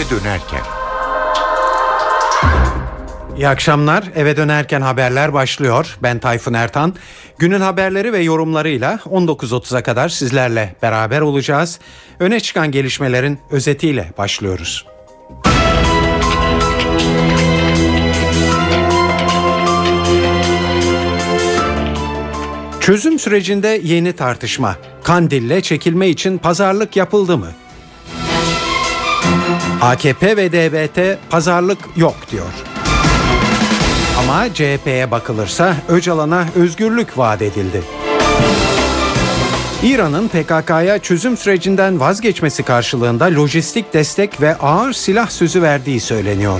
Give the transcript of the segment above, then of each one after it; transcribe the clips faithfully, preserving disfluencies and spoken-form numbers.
eve dönerken. İyi akşamlar. Eve dönerken haberler başlıyor. Ben Tayfun Ertan. Günün haberleri ve yorumlarıyla on dokuz otuza kadar sizlerle beraber olacağız. Öne çıkan gelişmelerin özetiyle başlıyoruz. Çözüm sürecinde yeni tartışma. Kandil'le çekilme için pazarlık yapıldı mı? A K P ve D B T pazarlık yok diyor. Ama C H P'ye bakılırsa Öcalan'a özgürlük vaat edildi. İran'ın P K K'ya çözüm sürecinden vazgeçmesi karşılığında lojistik destek ve ağır silah sözü verdiği söyleniyor.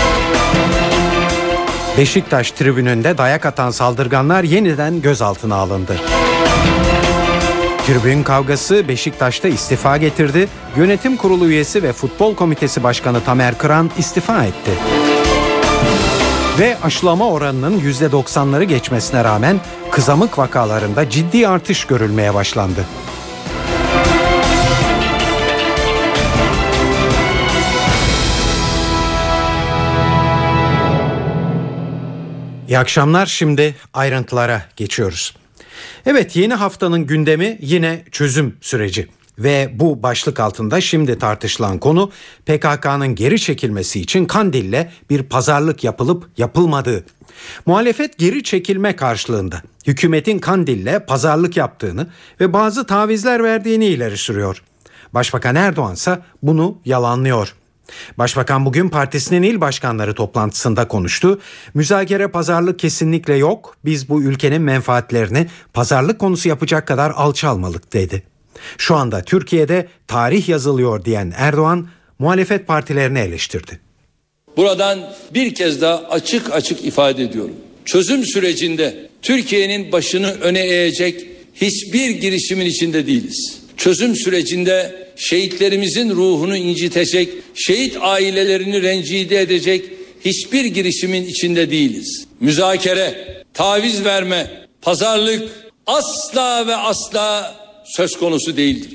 Beşiktaş tribününde dayak atan saldırganlar yeniden gözaltına alındı. Tribün kavgası Beşiktaş'ta istifa getirdi. Yönetim kurulu üyesi ve futbol komitesi başkanı Tamer Kıran istifa etti. Ve aşılama oranının yüzde doksanları geçmesine rağmen kızamık vakalarında ciddi artış görülmeye başlandı. İyi akşamlar, şimdi ayrıntılara geçiyoruz. Evet, yeni haftanın gündemi yine çözüm süreci. Ve bu başlık altında şimdi tartışılan konu P K K'nın geri çekilmesi için Kandil'le bir pazarlık yapılıp yapılmadığı. Muhalefet geri çekilme karşılığında hükümetin Kandil'le pazarlık yaptığını ve bazı tavizler verdiğini ileri sürüyor. Başbakan Erdoğan ise bunu yalanlıyor. Başbakan bugün partisinin il başkanları toplantısında konuştu. Müzakere, pazarlık kesinlikle yok. Biz bu ülkenin menfaatlerini pazarlık konusu yapacak kadar alçalmadık dedi. Şu anda Türkiye'de tarih yazılıyor diyen Erdoğan muhalefet partilerini eleştirdi. Buradan bir kez daha açık açık ifade ediyorum. Çözüm sürecinde Türkiye'nin başını öne eğecek hiçbir girişimin içinde değiliz. Çözüm sürecinde şehitlerimizin ruhunu incitecek, şehit ailelerini rencide edecek hiçbir girişimin içinde değiliz. Müzakere, taviz verme, pazarlık asla ve asla söz konusu değildir.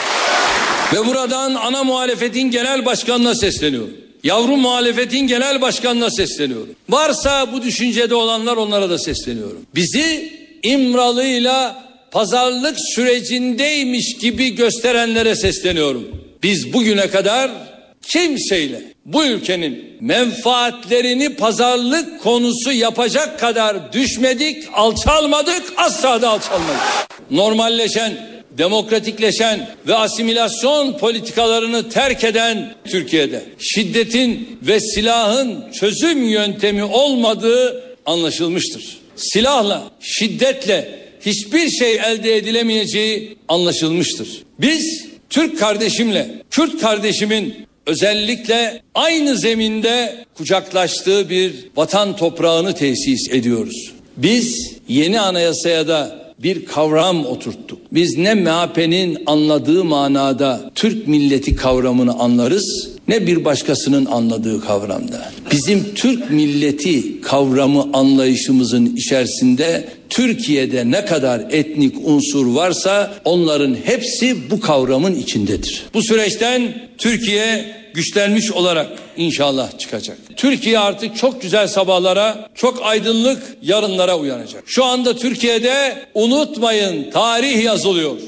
Ve buradan ana muhalefetin genel başkanına sesleniyorum. Yavru muhalefetin genel başkanına sesleniyorum. Varsa bu düşüncede olanlar, onlara da sesleniyorum. Bizi İmralı'yla pazarlık sürecindeymiş gibi gösterenlere sesleniyorum. Biz bugüne kadar kimseyle bu ülkenin menfaatlerini pazarlık konusu yapacak kadar düşmedik, alçalmadık, asla da alçalmadık. Normalleşen, demokratikleşen ve asimilasyon politikalarını terk eden Türkiye'de şiddetin ve silahın çözüm yöntemi olmadığı anlaşılmıştır. Silahla, şiddetle hiçbir şey elde edilemeyeceği anlaşılmıştır. Biz Türk kardeşimle Kürt kardeşimin özellikle aynı zeminde kucaklaştığı bir vatan toprağını tesis ediyoruz. Biz yeni anayasaya da bir kavram oturttuk. Biz ne M H P'nin anladığı manada Türk milleti kavramını anlarız, ne bir başkasının anladığı kavramda. Bizim Türk milleti kavramı anlayışımızın içerisinde Türkiye'de ne kadar etnik unsur varsa onların hepsi bu kavramın içindedir. Bu süreçten Türkiye güçlenmiş olarak inşallah çıkacak. Türkiye artık çok güzel sabahlara, çok aydınlık yarınlara uyanacak. Şu anda Türkiye'de unutmayın, tarih yazılıyor.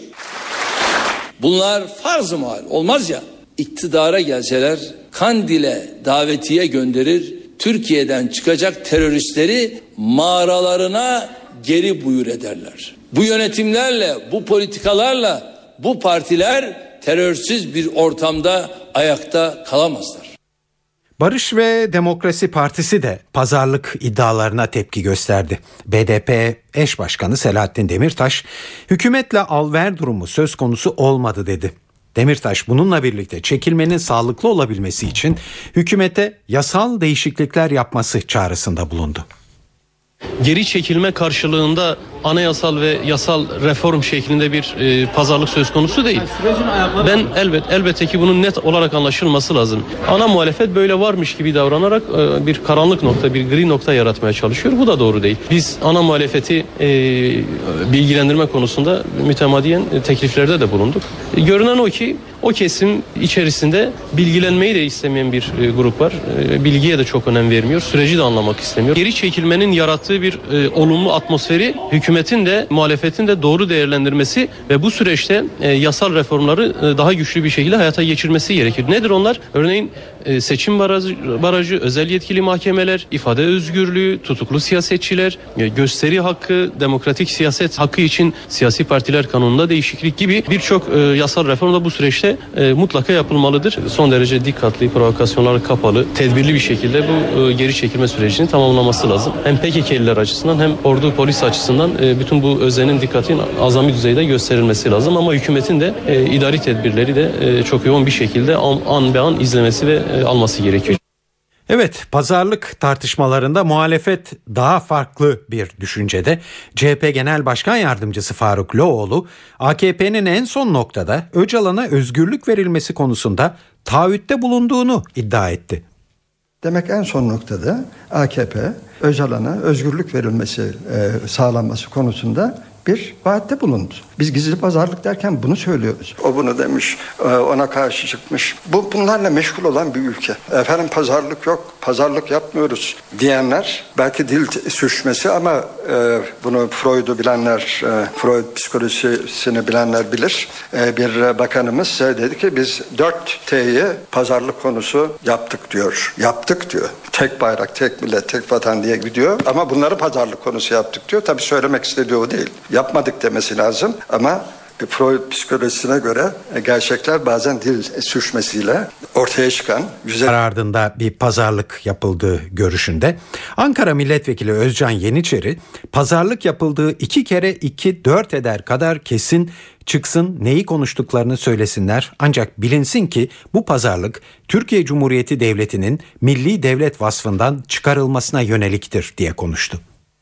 Bunlar farz-ı mahal, olmaz ya. İktidara gelseler Kandil'e davetiye gönderir, Türkiye'den çıkacak teröristleri mağaralarına geri buyur ederler. Bu yönetimlerle, bu politikalarla bu partiler terörsüz bir ortamda ayakta kalamazlar. Barış ve Demokrasi Partisi de pazarlık iddialarına tepki gösterdi. B D P eş başkanı Selahattin Demirtaş, hükümetle al-ver durumu söz konusu olmadı dedi. Demirtaş bununla birlikte çekilmenin sağlıklı olabilmesi için hükümete yasal değişiklikler yapması çağrısında bulundu. Geri çekilme karşılığında anayasal ve yasal reform şeklinde bir e, pazarlık söz konusu değil. Ben elbet elbette ki bunun net olarak anlaşılması lazım. Ana muhalefet böyle varmış gibi davranarak e, bir karanlık nokta, bir gri nokta yaratmaya çalışıyor. Bu da doğru değil. Biz ana muhalefeti e, bilgilendirme konusunda mütemadiyen tekliflerde de bulunduk. E, görünen o ki O kesim içerisinde bilgilenmeyi de istemeyen bir e, grup var. E, bilgiye de çok önem vermiyor. Süreci de anlamak istemiyor. Geri çekilmenin yarattığı bir e, olumlu atmosferi hükümetin de muhalefetin de doğru değerlendirmesi ve bu süreçte e, yasal reformları e, daha güçlü bir şekilde hayata geçirmesi gerekir. Nedir onlar? Örneğin e, seçim barajı, barajı, özel yetkili mahkemeler, ifade özgürlüğü, tutuklu siyasetçiler, e, gösteri hakkı, demokratik siyaset hakkı için siyasi partiler kanununda değişiklik gibi birçok e, yasal reform da bu süreçte e, mutlaka yapılmalıdır. Son derece dikkatli, provokasyonlara kapalı, tedbirli bir şekilde bu e, geri çekilme sürecini tamamlaması lazım. Hem P K K'liler açısından hem ordu polis açısından e, bütün bu özenin dikkatin azami düzeyde gösterilmesi lazım ama hükümetin de e, idari tedbirleri de e, çok yoğun bir şekilde an, an be an izlemesi ve e, alması gerekiyor. Evet, pazarlık tartışmalarında muhalefet daha farklı bir düşüncede. C H P Genel Başkan Yardımcısı Faruk Loğlu, A K P'nin en son noktada Öcalan'a özgürlük verilmesi konusunda taahhütte bulunduğunu iddia etti. Demek en son noktada A K P, Öcalan'a özgürlük verilmesi, e, sağlanması konusunda bir vaatte bulundu. Biz gizli pazarlık derken bunu söylüyoruz. O bunu demiş, ona karşı çıkmış. Bu bunlarla meşgul olan bir ülke. Efendim pazarlık yok, pazarlık yapmıyoruz diyenler belki dil sürçmesi ama e, bunu Freud'u bilenler, e, Freud psikolojisini bilenler bilir. E, bir bakanımız e, dedi ki biz dört T'yi pazarlık konusu yaptık diyor. Yaptık diyor. Tek bayrak, tek millet, tek vatan diye gidiyor. Ama bunları pazarlık konusu yaptık diyor. Tabii söylemek istediği o değil. Yapmadık demesi lazım ama Freud psikolojisine göre gerçekler bazen dil sürçmesiyle ortaya çıkan güzel... Ardında bir pazarlık yapıldığı görüşünde. Ankara Milletvekili Özcan Yeniçeri, pazarlık yapıldığı iki kere iki dört eder kadar kesin çıksın, neyi konuştuklarını söylesinler. Ancak bilinsin ki bu pazarlık Türkiye Cumhuriyeti Devleti'nin milli devlet vasfından çıkarılmasına yöneliktir diye konuştu.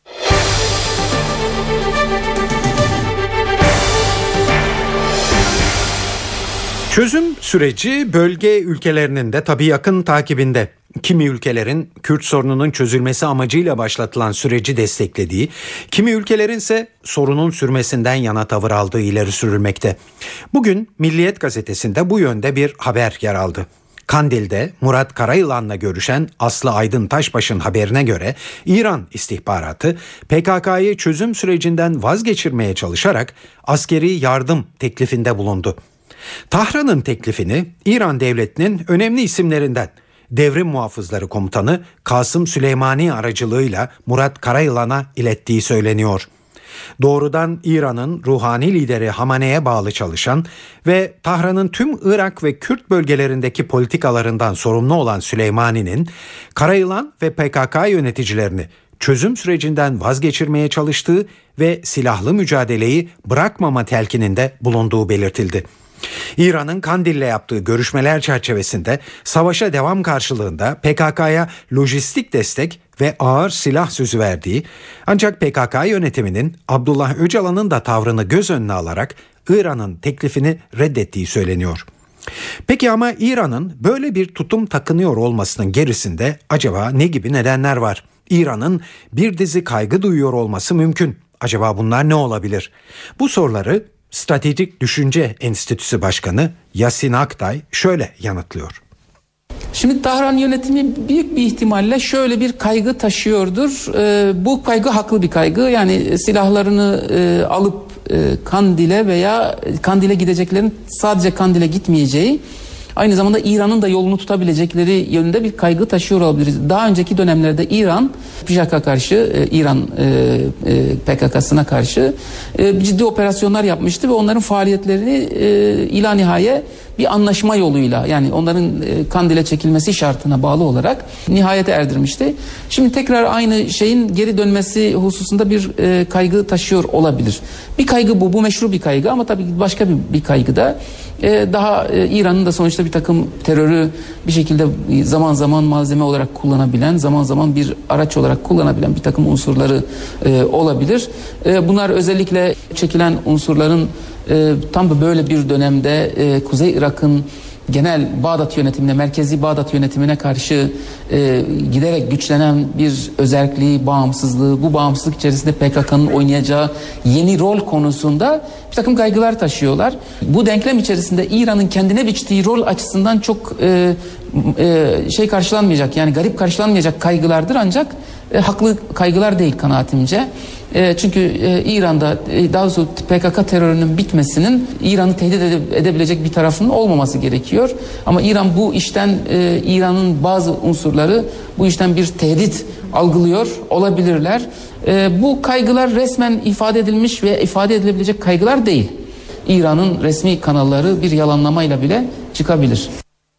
Çözüm süreci bölge ülkelerinin de tabii yakın takibinde. Kimi ülkelerin Kürt sorununun çözülmesi amacıyla başlatılan süreci desteklediği, kimi ülkelerin ise sorunun sürmesinden yana tavır aldığı ileri sürülmekte. Bugün Milliyet gazetesinde bu yönde bir haber yer aldı. Kandil'de Murat Karayılan'la görüşen Aslı Aydın Taşbaş'ın haberine göre İran istihbaratı P K K'yı çözüm sürecinden vazgeçirmeye çalışarak askeri yardım teklifinde bulundu. Tahran'ın teklifini İran devletinin önemli isimlerinden Devrim Muhafızları Komutanı Kasım Süleymani aracılığıyla Murat Karayılan'a ilettiği söyleniyor. Doğrudan İran'ın ruhani lideri Hamane'ye bağlı çalışan ve Tahran'ın tüm Irak ve Kürt bölgelerindeki politikalarından sorumlu olan Süleymani'nin Karayılan ve P K K yöneticilerini çözüm sürecinden vazgeçirmeye çalıştığı ve silahlı mücadeleyi bırakmama telkininde bulunduğu belirtildi. İran'ın Kandil'le yaptığı görüşmeler çerçevesinde savaşa devam karşılığında P K K'ya lojistik destek ve ağır silah sözü verdiği, ancak P K K yönetiminin Abdullah Öcalan'ın da tavrını göz önüne alarak İran'ın teklifini reddettiği söyleniyor. Peki ama İran'ın böyle bir tutum takınıyor olmasının gerisinde acaba ne gibi nedenler var? İran'ın bir dizi kaygı duyuyor olması mümkün. Acaba bunlar ne olabilir? Bu soruları Stratejik Düşünce Enstitüsü Başkanı Yasin Aktay şöyle yanıtlıyor. Şimdi Tahran yönetimi büyük bir ihtimalle şöyle bir kaygı taşıyordur. Ee, bu kaygı haklı bir kaygı. Yani silahlarını e, alıp e, Kandil'e veya Kandil'e gideceklerin sadece Kandil'e gitmeyeceği, aynı zamanda İran'ın da yolunu tutabilecekleri yönünde bir kaygı taşıyor olabiliriz. Daha önceki dönemlerde İran P J K karşı, İran P K K'sına karşı ciddi operasyonlar yapmıştı ve onların faaliyetlerini ila nihaye bir anlaşma yoluyla, yani onların Kandil'e çekilmesi şartına bağlı olarak nihayete erdirmişti. Şimdi tekrar aynı şeyin geri dönmesi hususunda bir kaygı taşıyor olabilir. Bir kaygı bu, bu meşru bir kaygı ama tabii başka bir, bir kaygı da daha İran'ın da sonuçta bir takım terörü bir şekilde zaman zaman malzeme olarak kullanabilen, zaman zaman bir araç olarak kullanabilen bir takım unsurları olabilir. Bunlar özellikle çekilen unsurların tam da böyle bir dönemde Kuzey Irak'ın genel Bağdat yönetimine, merkezi Bağdat yönetimine karşı e, giderek güçlenen bir özerkliği, bağımsızlığı, bu bağımsızlık içerisinde P K K'nın oynayacağı yeni rol konusunda bir takım kaygılar taşıyorlar. Bu denklem içerisinde İran'ın kendine biçtiği rol açısından çok e, e, şey karşılanmayacak, yani garip karşılanmayacak kaygılardır, ancak e, haklı kaygılar değil kanaatimce. E, çünkü e, İran'da e, daha doğrusu P K K terörünün bitmesinin İran'ı tehdit ede- edebilecek bir tarafının olmaması gerekiyor. Ama İran bu işten, e, İran'ın bazı unsurları bu işten bir tehdit algılıyor olabilirler. E, bu kaygılar resmen ifade edilmiş ve ifade edilebilecek kaygılar değil. İran'ın resmi kanalları bir yalanlamayla bile çıkabilir.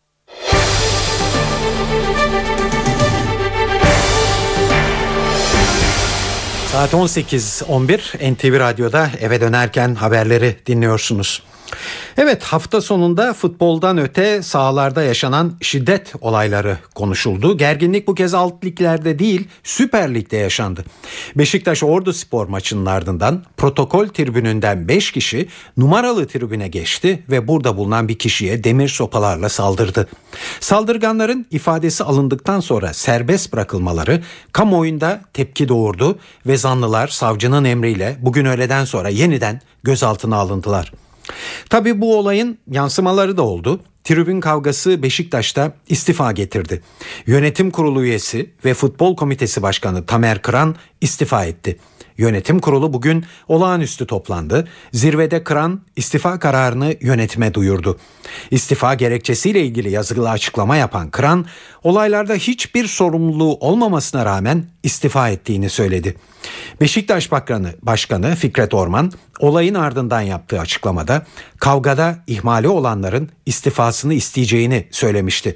Saat on sekiz on bir N T V Radyo'da eve dönerken haberleri dinliyorsunuz. Evet, hafta sonunda futboldan öte sahalarda yaşanan şiddet olayları konuşuldu. Gerginlik bu kez alt liglerde değil, Süper Lig'de yaşandı. Beşiktaş Orduspor maçının ardından protokol tribününden beş kişi numaralı tribüne geçti ve burada bulunan bir kişiye demir sopalarla saldırdı. Saldırganların ifadesi alındıktan sonra serbest bırakılmaları kamuoyunda tepki doğurdu ve zanlılar savcının emriyle bugün öğleden sonra yeniden gözaltına alındılar. Tabii bu olayın yansımaları da oldu. Tribün kavgası Beşiktaş'ta istifa getirdi. Yönetim kurulu üyesi ve futbol komitesi başkanı Tamer Kıran istifa etti. Yönetim kurulu bugün olağanüstü toplandı. Zirvede Kıran istifa kararını yönetime duyurdu. İstifa gerekçesiyle ilgili yazılı açıklama yapan Kıran, olaylarda hiçbir sorumluluğu olmamasına rağmen istifa ettiğini söyledi. Beşiktaş Başkanı, Başkanı Fikret Orman olayın ardından yaptığı açıklamada kavgada ihmali olanların istifasını isteyeceğini söylemişti.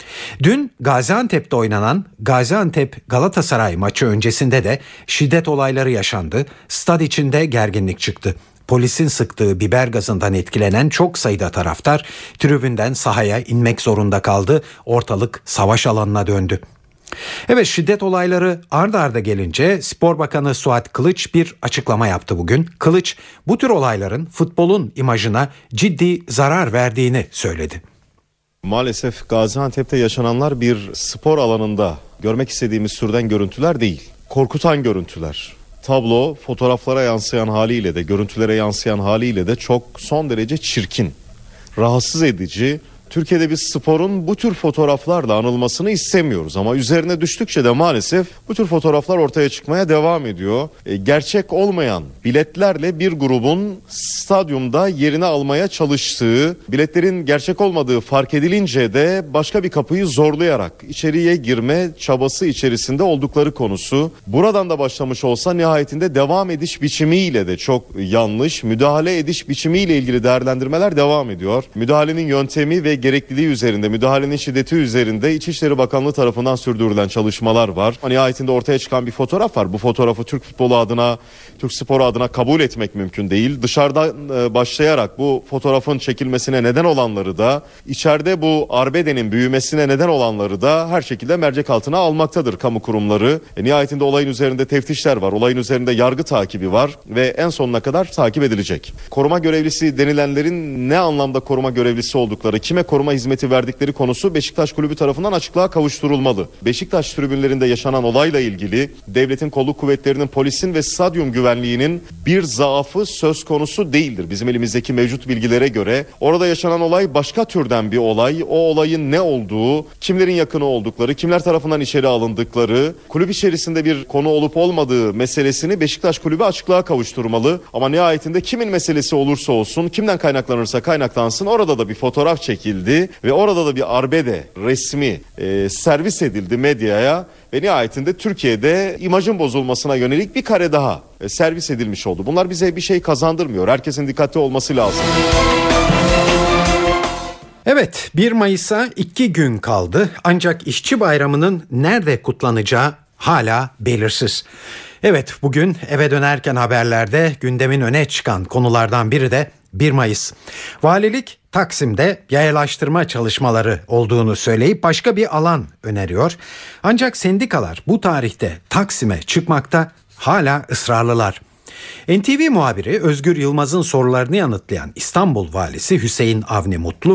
Dün Gaziantep'te oynanan Gaziantep Galatasaray maçı öncesinde de şiddet olayları yaşandı. Stad içinde gerginlik çıktı. Polisin sıktığı biber gazından etkilenen çok sayıda taraftar tribünden sahaya inmek zorunda kaldı. Ortalık savaş alanına döndü. Evet, şiddet olayları ard arda gelince Spor Bakanı Suat Kılıç bir açıklama yaptı bugün. Kılıç bu tür olayların futbolun imajına ciddi zarar verdiğini söyledi. Maalesef Gaziantep'te yaşananlar bir spor alanında görmek istediğimiz türden görüntüler değil. Korkutan görüntüler. Tablo fotoğraflara yansıyan haliyle de, görüntülere yansıyan haliyle de çok son derece çirkin, rahatsız edici. Türkiye'de biz sporun bu tür fotoğraflarla anılmasını istemiyoruz ama üzerine düştükçe de maalesef bu tür fotoğraflar ortaya çıkmaya devam ediyor. E, gerçek olmayan biletlerle bir grubun stadyumda yerini almaya çalıştığı, biletlerin gerçek olmadığı fark edilince de başka bir kapıyı zorlayarak içeriye girme çabası içerisinde oldukları konusu. Buradan da başlamış olsa nihayetinde devam ediş biçimiyle de çok yanlış, müdahale ediş biçimiyle ilgili değerlendirmeler devam ediyor. Müdahalenin yöntemi ve gerekliliği üzerinde, müdahalenin şiddeti üzerinde İçişleri Bakanlığı tarafından sürdürülen çalışmalar var. Nihayetinde ortaya çıkan bir fotoğraf var. Bu fotoğrafı Türk futbolu adına, Türk sporu adına kabul etmek mümkün değil. Dışarıdan başlayarak bu fotoğrafın çekilmesine neden olanları da, içeride bu arbedenin büyümesine neden olanları da her şekilde mercek altına almaktadır kamu kurumları. E, nihayetinde olayın üzerinde teftişler var. Olayın üzerinde yargı takibi var ve en sonuna kadar takip edilecek. Koruma görevlisi denilenlerin ne anlamda koruma görevlisi oldukları, kime koruma hizmeti verdikleri konusu Beşiktaş Kulübü tarafından açıklığa kavuşturulmalı. Beşiktaş tribünlerinde yaşanan olayla ilgili devletin kolluk kuvvetlerinin, polisin ve stadyum güvenliğinin bir zaafı söz konusu değildir. Bizim elimizdeki mevcut bilgilere göre orada yaşanan olay başka türden bir olay. O olayın ne olduğu, kimlerin yakını oldukları, kimler tarafından içeri alındıkları, kulüp içerisinde bir konu olup olmadığı meselesini Beşiktaş Kulübü açıklığa kavuşturmalı. Ama nihayetinde kimin meselesi olursa olsun, kimden kaynaklanırsa kaynaklansın, orada da bir fotoğraf çekildi ve orada da bir arbede resmi e, servis edildi medyaya ve nihayetinde Türkiye'de imajın bozulmasına yönelik bir kare daha e, servis edilmiş oldu. Bunlar bize bir şey kazandırmıyor. Herkesin dikkatli olması lazım. Evet, bir Mayıs'a iki gün kaldı ancak İşçi Bayramı'nın nerede kutlanacağı hala belirsiz. Evet, bugün eve dönerken haberlerde gündemin öne çıkan konulardan biri de bir Mayıs. Valilik Taksim'de yayalaştırma çalışmaları olduğunu söyleyip başka bir alan öneriyor. Ancak sendikalar bu tarihte Taksim'e çıkmakta hala ısrarlılar. N T V muhabiri Özgür Yılmaz'ın sorularını yanıtlayan İstanbul Valisi Hüseyin Avni Mutlu,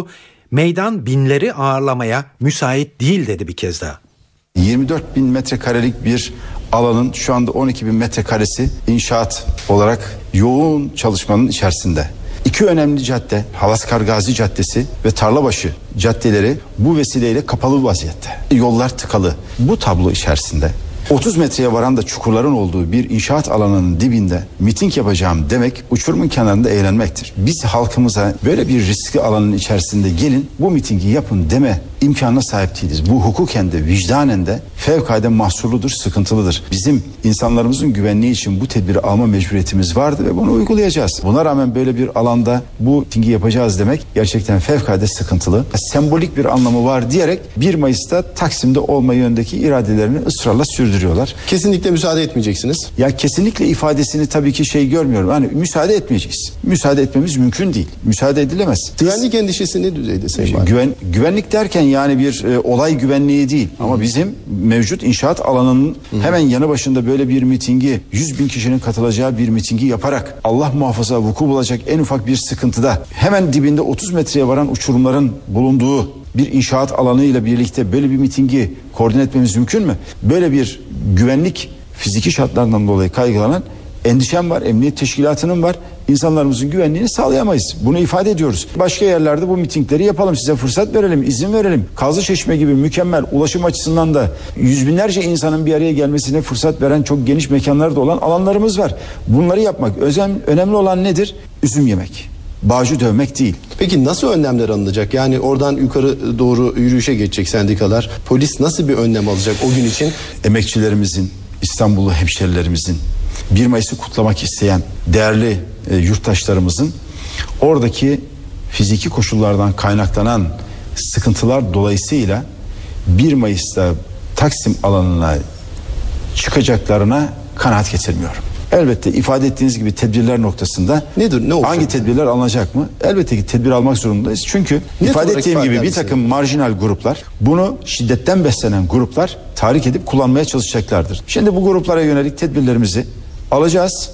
Meydan binleri ağırlamaya müsait değil dedi bir kez daha. yirmi dört bin metrekarelik bir alanın şu anda on iki bin metrekaresi inşaat olarak yoğun çalışmanın içerisinde. İki önemli cadde, Halaskar Gazi Caddesi ve Tarlabaşı caddeleri bu vesileyle kapalı vaziyette. Yollar tıkalı. Bu tablo içerisinde otuz metreye varan da çukurların olduğu bir inşaat alanının dibinde miting yapacağım demek uçurumun kenarında eğlenmektir. Biz halkımıza böyle bir riskli alanın içerisinde gelin bu mitingi yapın deme imkanına sahip değiliz. Bu hukuken de vicdanen de fevkalade mahsurludur, sıkıntılıdır. Bizim insanlarımızın güvenliği için bu tedbiri alma mecburiyetimiz vardı ve bunu uygulayacağız. Buna rağmen böyle bir alanda bu mitingi yapacağız demek gerçekten fevkalade sıkıntılı. Sembolik bir anlamı var diyerek bir Mayıs'ta Taksim'de olma yönündeki iradelerini ısrarla sürdürüyorlar. Kesinlikle müsaade etmeyeceksiniz. Ya kesinlikle ifadesini tabii ki şey görmüyorum. Hani müsaade etmeyeceğiz. Müsaade etmemiz mümkün değil. Müsaade edilemez. Güvenlik endişesi ne düzeyde Sayın Valim? Güven, güvenlik derken yani bir e, olay güvenliği değil. Hı. Ama bizim mevcut inşaat alanının Hı. hemen yanı başında böyle bir mitingi, yüz bin kişinin katılacağı bir mitingi yaparak Allah muhafaza vuku bulacak en ufak bir sıkıntıda hemen dibinde otuz metreye varan uçurumların bulunduğu bir inşaat alanıyla birlikte böyle bir mitingi koordine etmemiz mümkün mü? Böyle bir güvenlik fiziki şartlarından dolayı kaygılanan endişem var, emniyet teşkilatının var. İnsanlarımızın güvenliğini sağlayamayız. Bunu ifade ediyoruz. Başka yerlerde bu mitingleri yapalım, size fırsat verelim, izin verelim. Kazlıçeşme gibi mükemmel ulaşım açısından da yüz binlerce insanın bir araya gelmesine fırsat veren çok geniş mekanlarda olan alanlarımız var. Bunları yapmak önemli olan nedir? Üzüm yemek. Bağcı dövmek değil. Peki nasıl önlemler alınacak? Yani oradan yukarı doğru yürüyüşe geçecek sendikalar. Polis nasıl bir önlem alacak o gün için? Emekçilerimizin, İstanbullu hemşerilerimizin, bir Mayıs'ı kutlamak isteyen değerli e, yurttaşlarımızın oradaki fiziki koşullardan kaynaklanan sıkıntılar dolayısıyla bir Mayıs'ta Taksim alanına çıkacaklarına kanaat getirmiyorum. Elbette ifade ettiğiniz gibi tedbirler noktasında nedir, ne olacak? Hangi tedbirler alınacak mı? Elbette ki tedbir almak zorundayız. Çünkü Net ifade ettiğim gibi bir takım misin? marjinal gruplar, bunu şiddetten beslenen gruplar tahrik edip kullanmaya çalışacaklardır. Şimdi bu gruplara yönelik tedbirlerimizi alacağız.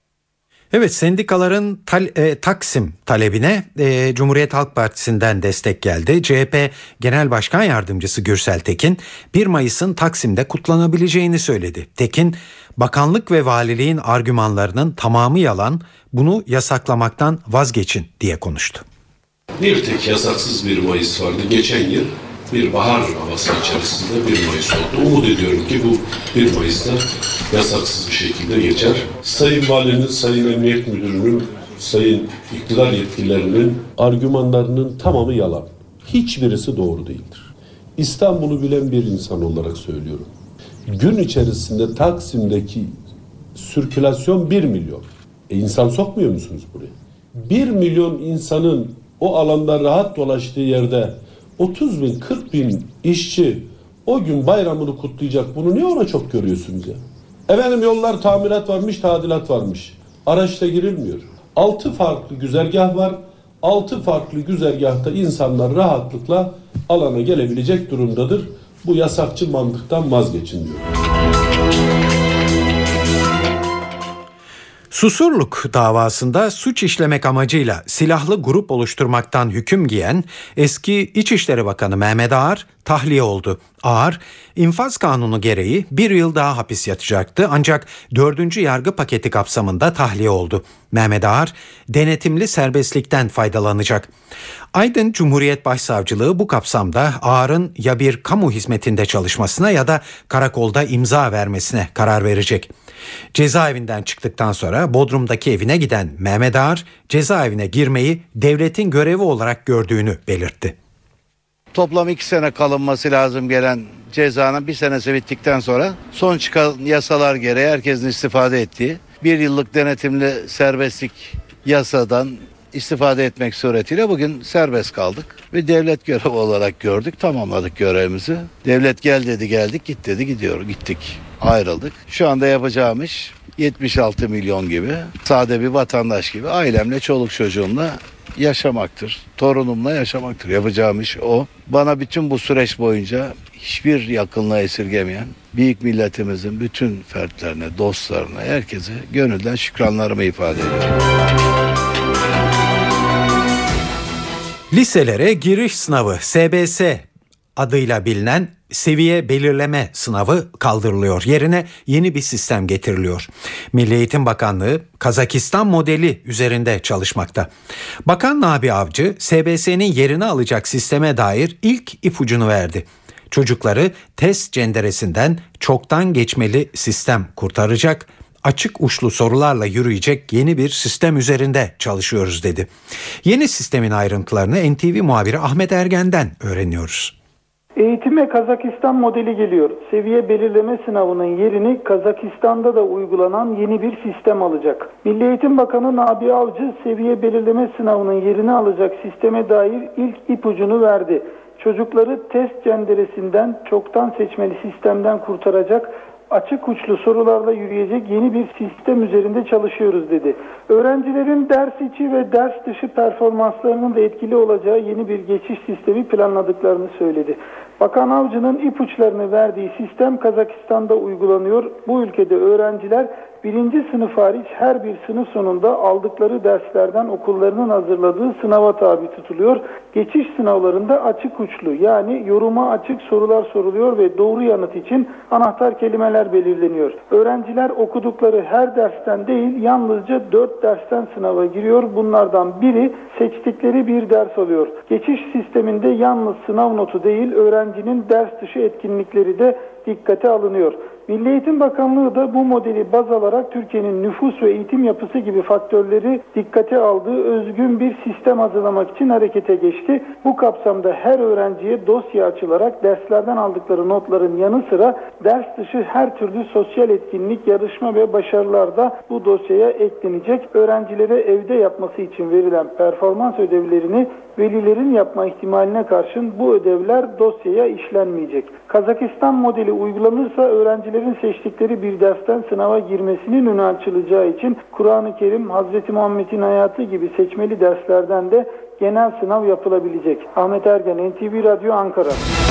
Evet, sendikaların tal, e, Taksim talebine e, Cumhuriyet Halk Partisi'nden destek geldi. C H P Genel Başkan Yardımcısı Gürsel Tekin bir Mayıs'ın Taksim'de kutlanabileceğini söyledi. Tekin, bakanlık ve valiliğin argümanlarının tamamı yalan, bunu yasaklamaktan vazgeçin diye konuştu. Bir tek yasaksız bir Mayıs vardı. Geçen yıl bir bahar havası içerisinde bir Mayıs oldu. Umut ediyorum ki bu bir Mayıs'ta yasaksız bir şekilde geçer. Sayın Valinin, Sayın Emniyet Müdürü'nün, Sayın iktidar yetkililerinin argümanlarının tamamı yalan. Hiçbirisi doğru değildir. İstanbul'u bilen bir insan olarak söylüyorum. Gün içerisinde Taksim'deki sirkülasyon bir milyon. E insan sokmuyor musunuz buraya? Bir milyon insanın o alanda rahat dolaştığı yerde otuz bin, kırk bin işçi o gün bayramını kutlayacak. Bunu niye ona çok görüyorsunuz ya? Efendim yollar tamirat varmış, tadilat varmış. Araçta girilmiyor. Altı farklı güzergah var. Altı farklı güzergahta insanlar rahatlıkla alana gelebilecek durumdadır. Bu yasakçı mantıktan vazgeçin diyor. Susurluk davasında suç işlemek amacıyla silahlı grup oluşturmaktan hüküm giyen eski İçişleri Bakanı Mehmet Ağar tahliye oldu. Ağar, infaz kanunu gereği bir yıl daha hapis yatacaktı ancak dördüncü yargı paketi kapsamında tahliye oldu. Mehmet Ağar, denetimli serbestlikten faydalanacak. Aydın Cumhuriyet Başsavcılığı bu kapsamda Ağar'ın ya bir kamu hizmetinde çalışmasına ya da karakolda imza vermesine karar verecek. Cezaevinden çıktıktan sonra Bodrum'daki evine giden Mehmet Ağar, cezaevine girmeyi devletin görevi olarak gördüğünü belirtti. Toplam iki sene kalınması lazım gelen cezanın bir senesi bittikten sonra son çıkan yasalar gereği herkesin istifade ettiği bir yıllık denetimli serbestlik yasadan istifade etmek suretiyle bugün serbest kaldık ve devlet görevi olarak gördük, tamamladık görevimizi. Devlet gel dedi geldik, git dedi gidiyor, gittik, ayrıldık. Şu anda yapacağım iş yetmiş altı milyon gibi, sade bir vatandaş gibi ailemle, çoluk çocuğumla yaşamaktır. Torunumla yaşamaktır. Yapacağım iş o. Bana bütün bu süreç boyunca hiçbir yakınlığı esirgemeyen büyük milletimizin bütün fertlerine, dostlarına, herkese gönülden şükranlarımı ifade ediyorum. Liselere giriş sınavı S B S adıyla bilinen seviye belirleme sınavı kaldırılıyor. Yerine yeni bir sistem getiriliyor. Milli Eğitim Bakanlığı Kazakistan modeli üzerinde çalışmakta. Bakan Nabi Avcı S B S'nin yerini alacak sisteme dair ilk ipucunu verdi. Çocukları test cenderesinden çoktan geçmeli sistem kurtaracak, açık uçlu sorularla yürüyecek yeni bir sistem üzerinde çalışıyoruz dedi. Yeni sistemin ayrıntılarını N T V muhabiri Ahmet Ergen'den öğreniyoruz. Eğitime Kazakistan modeli geliyor. Seviye belirleme sınavının yerini Kazakistan'da da uygulanan yeni bir sistem alacak. Milli Eğitim Bakanı Nabi Avcı seviye belirleme sınavının yerini alacak sisteme dair ilk ipucunu verdi. Çocukları test cenderesinden çoktan seçmeli sistemden kurtaracak, açık uçlu sorularla yürüyecek yeni bir sistem üzerinde çalışıyoruz dedi. Öğrencilerin ders içi ve ders dışı performanslarının da etkili olacağı yeni bir geçiş sistemi planladıklarını söyledi. Bakan Avcı'nın ipuçlarını verdiği sistem Kazakistan'da uygulanıyor. Bu ülkede öğrenciler birinci sınıf hariç her bir sınıf sonunda aldıkları derslerden okullarının hazırladığı sınava tabi tutuluyor. Geçiş sınavlarında açık uçlu yani yoruma açık sorular soruluyor ve doğru yanıt için anahtar kelimeler belirleniyor. Öğrenciler okudukları her dersten değil yalnızca dört dersten sınava giriyor. Bunlardan biri seçtikleri bir ders oluyor. Geçiş sisteminde yalnız sınav notu değil öğrencinin ders dışı etkinlikleri de dikkate alınıyor. Milli Eğitim Bakanlığı da bu modeli baz alarak Türkiye'nin nüfus ve eğitim yapısı gibi faktörleri dikkate aldığı özgün bir sistem hazırlamak için harekete geçti. Bu kapsamda her öğrenciye dosya açılarak derslerden aldıkları notların yanı sıra ders dışı her türlü sosyal etkinlik, yarışma ve başarılar da bu dosyaya eklenecek. Öğrencilere evde yapması için verilen performans ödevlerini velilerin yapma ihtimaline karşın bu ödevler dosyaya işlenmeyecek. Kazakistan modeli uygulanırsa öğrencilerin seçtikleri bir dersten sınava girmesinin önü açılacağı için Kur'an-ı Kerim, Hazreti Muhammed'in hayatı gibi seçmeli derslerden de genel sınav yapılabilecek. Ahmet Ergen, N T V Radyo, Ankara.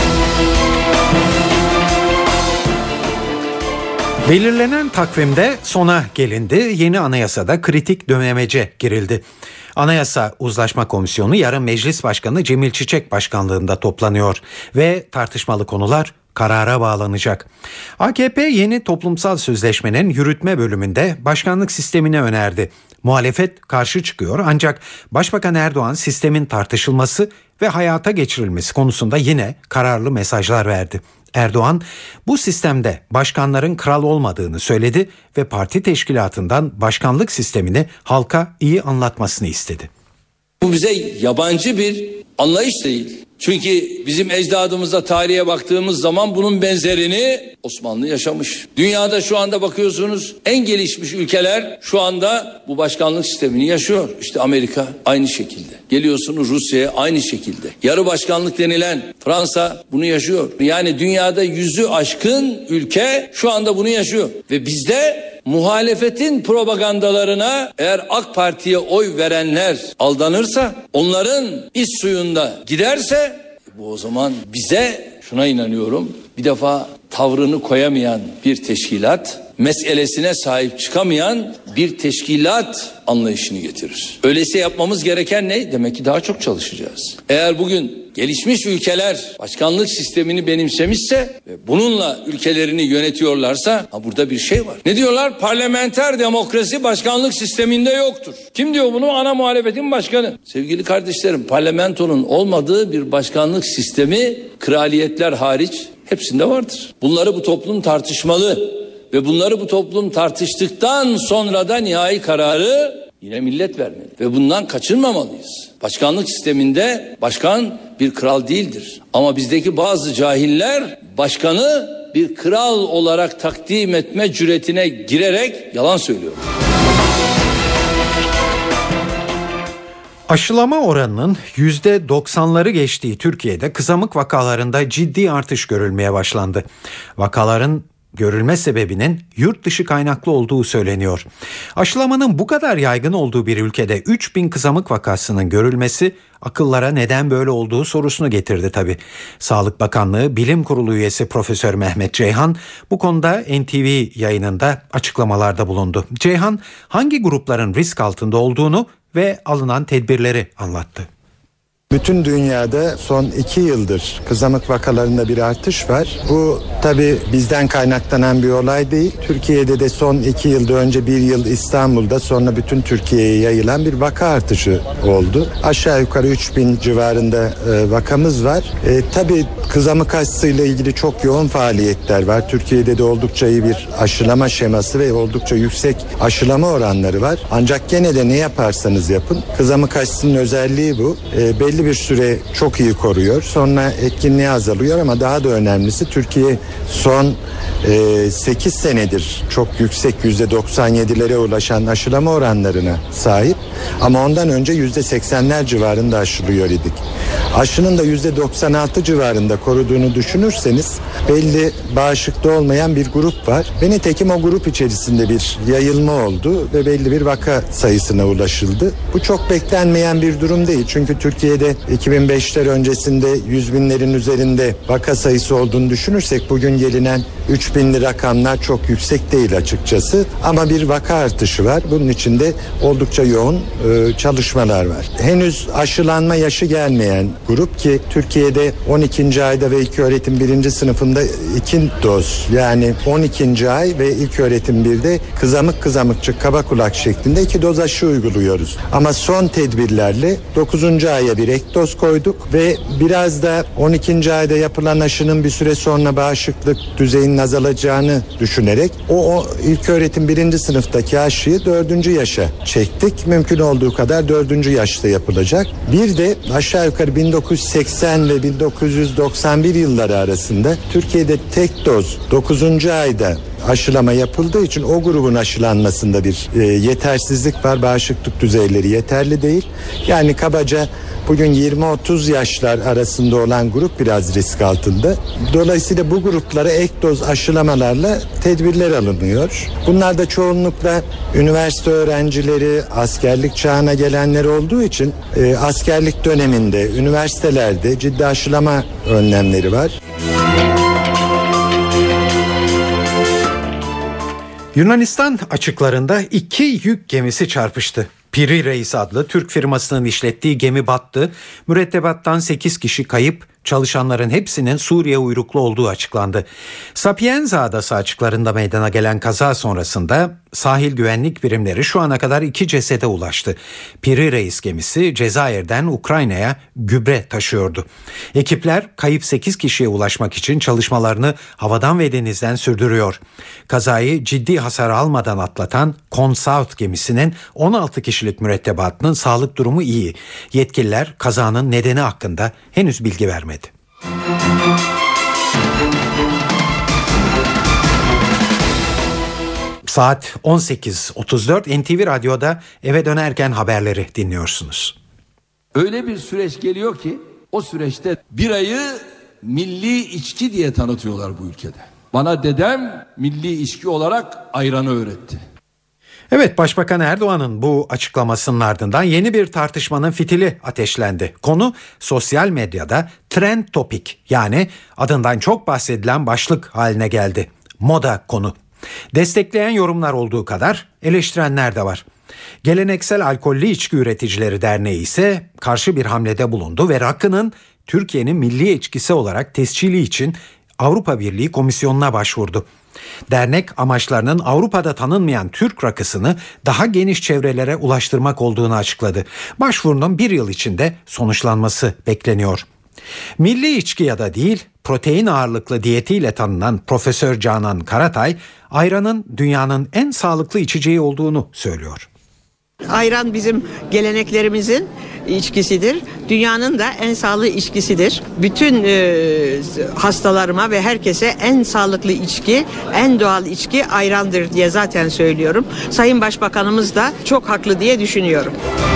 Belirlenen takvimde sona gelindi. Yeni anayasada kritik dönemece girildi. Anayasa Uzlaşma Komisyonu yarın Meclis Başkanı Cemil Çiçek başkanlığında toplanıyor ve tartışmalı konular karara bağlanacak. A K P yeni toplumsal sözleşmenin yürütme bölümünde başkanlık sistemini önerdi. Muhalefet karşı çıkıyor ancak Başbakan Erdoğan sistemin tartışılması ve hayata geçirilmesi konusunda yine kararlı mesajlar verdi. Erdoğan bu sistemde başkanların kral olmadığını söyledi ve parti teşkilatından başkanlık sistemini halka iyi anlatmasını istedi. Bu bize yabancı bir anlayış değil. Çünkü bizim ecdadımıza tarihe baktığımız zaman bunun benzerini Osmanlı yaşamış. Dünyada şu anda bakıyorsunuz en gelişmiş ülkeler şu anda bu başkanlık sistemini yaşıyor. İşte Amerika aynı şekilde. Geliyorsunuz Rusya'ya aynı şekilde. Yarı başkanlık denilen Fransa bunu yaşıyor. Yani dünyada yüzü aşkın ülke şu anda bunu yaşıyor. Ve bizde muhalefetin propagandalarına eğer AK Parti'ye oy verenler aldanırsa, onların iç suyunda giderse bu o zaman bize şuna inanıyorum. Bir defa tavrını koyamayan bir teşkilat, meselesine sahip çıkamayan bir teşkilat anlayışını getirir. Öyleyse yapmamız gereken ne? Demek ki daha çok çalışacağız. Eğer bugün gelişmiş ülkeler başkanlık sistemini benimsemişse ve bununla ülkelerini yönetiyorlarsa ha burada bir şey var. Ne diyorlar? Parlamenter demokrasi başkanlık sisteminde yoktur. Kim diyor bunu? Ana muhalefetin başkanı. Sevgili kardeşlerim, parlamentonun olmadığı bir başkanlık sistemi kraliyetler hariç hepsinde vardır. Bunları bu toplum tartışmalı. Ve bunları bu toplum tartıştıktan sonra da nihai kararı yine millet vermeli. Ve bundan kaçınmamalıyız. Başkanlık sisteminde başkan bir kral değildir. Ama bizdeki bazı cahiller başkanı bir kral olarak takdim etme cüretine girerek yalan söylüyor. Aşılama oranının yüzde doksanları geçtiği Türkiye'de kızamık vakalarında ciddi artış görülmeye başlandı. Vakaların görülme sebebinin yurt dışı kaynaklı olduğu söyleniyor. Aşılamanın bu kadar yaygın olduğu bir ülkede üç bin kızamık vakasının görülmesi akıllara neden böyle olduğu sorusunu getirdi tabii. Sağlık Bakanlığı Bilim Kurulu üyesi Profesör Mehmet Ceyhan bu konuda N T V yayınında açıklamalarda bulundu. Ceyhan hangi grupların risk altında olduğunu ve alınan tedbirleri anlattı. Bütün dünyada son iki yıldır kızamık vakalarında bir artış var. Bu tabii bizden kaynaklanan bir olay değil. Türkiye'de de son iki yılda önce bir yıl İstanbul'da, sonra bütün Türkiye'ye yayılan bir vaka artışı oldu. Aşağı yukarı üç bin civarında e, vakamız var. E, tabii kızamık aşısıyla ilgili çok yoğun faaliyetler var. Türkiye'de de oldukça iyi bir aşılama şeması ve oldukça yüksek aşılama oranları var. Ancak gene de ne yaparsanız yapın, kızamık aşısının özelliği bu. E, belli bir süre çok iyi koruyor. Sonra etkinliği azalıyor ama daha da önemlisi Türkiye son e, sekiz senedir çok yüksek yüzde doksan yedilere ulaşan aşılama oranlarına sahip. Ama ondan önce yüzde seksenler civarında aşılıyor idik. Aşının da yüzde doksan altı civarında koruduğunu düşünürseniz belli bağışıklı olmayan bir grup var. Ve nitekim o grup içerisinde bir yayılma oldu ve belli bir vaka sayısına ulaşıldı. Bu çok beklenmeyen bir durum değil. Çünkü Türkiye'de iki bin beşler öncesinde yüz binlerin üzerinde vaka sayısı olduğunu düşünürsek bugün gelinen üç binli rakamlar çok yüksek değil açıkçası. Ama bir vaka artışı var. Bunun içinde oldukça yoğun e, çalışmalar var. Henüz aşılanma yaşı gelmeyen grup ki Türkiye'de on ikinci ayda ve ilköğretim birinci sınıfında iki doz, yani on ikinci ay ve ilköğretim birde kızamık kızamıkçık kaba kulak şeklinde iki doz aşı uyguluyoruz. Ama son tedbirlerle dokuzuncu aya bir ek doz koyduk ve biraz da on ikinci ayda yapılan aşının bir süre sonra bağışıklık düzeyinin azalacağını düşünerek o, o ilköğretim birinci sınıftaki aşıyı dördüncü yaşa çektik. Mümkün olduğu kadar dördüncü yaşta yapılacak. Bir de aşağı yukarı bin dokuz yüz seksen ve bin dokuz yüz doksan bir yılları arasında Türkiye'de tek doz dokuzuncu ayda aşılama yapıldığı için o grubun aşılanmasında bir e, yetersizlik var. Bağışıklık düzeyleri yeterli değil. Yani kabaca bugün yirmi otuz yaşlar arasında olan grup biraz risk altında. Dolayısıyla bu gruplara ek doz aşılamalarla tedbirler alınıyor. Bunlar da çoğunlukla üniversite öğrencileri, askerlik çağına gelenler olduğu için e, askerlik döneminde, üniversitelerde ciddi aşılama önlemleri var. Yunanistan açıklarında iki yük gemisi çarpıştı. Piri Reis adlı Türk firmasının işlettiği gemi battı. Mürettebattan sekiz kişi kayıp, çalışanların hepsinin Suriye uyruklu olduğu açıklandı. Sapienza adası açıklarında meydana gelen kaza sonrasında sahil güvenlik birimleri şu ana kadar iki cesede ulaştı. Piri Reis gemisi Cezayir'den Ukrayna'ya gübre taşıyordu. Ekipler kayıp sekiz kişiye ulaşmak için çalışmalarını havadan ve denizden sürdürüyor. Kazayı ciddi hasar almadan atlatan Consort gemisinin on altı kişilik mürettebatının sağlık durumu iyi. Yetkililer kazanın nedeni hakkında henüz bilgi vermedi. Saat on sekiz otuz dört N T V Radyo'da eve dönerken haberleri dinliyorsunuz. Öyle bir süreç geliyor ki o süreçte birayı milli içki diye tanıtıyorlar bu ülkede. Bana dedem milli içki olarak ayranı öğretti. Evet, Başbakan Erdoğan'ın bu açıklamasının ardından yeni bir tartışmanın fitili ateşlendi. Konu sosyal medyada trend topic, yani adından çok bahsedilen başlık haline geldi. Moda konu. Destekleyen yorumlar olduğu kadar eleştirenler de var. Geleneksel Alkollü İçki Üreticileri Derneği ise karşı bir hamlede bulundu ve rakının Türkiye'nin milli içkisi olarak tescili için Avrupa Birliği Komisyonu'na başvurdu. Dernek amaçlarının Avrupa'da tanınmayan Türk rakısını daha geniş çevrelere ulaştırmak olduğunu açıkladı. Başvurunun bir yıl içinde sonuçlanması bekleniyor. Milli içki ya da değil, protein ağırlıklı diyetiyle tanınan Profesör Canan Karatay, ayranın dünyanın en sağlıklı içeceği olduğunu söylüyor. Ayran bizim geleneklerimizin içkisidir. Dünyanın da en sağlıklı içkisidir. Bütün e, hastalarıma ve herkese en sağlıklı içki, en doğal içki ayrandır diye zaten söylüyorum. Sayın Başbakanımız da çok haklı diye düşünüyorum.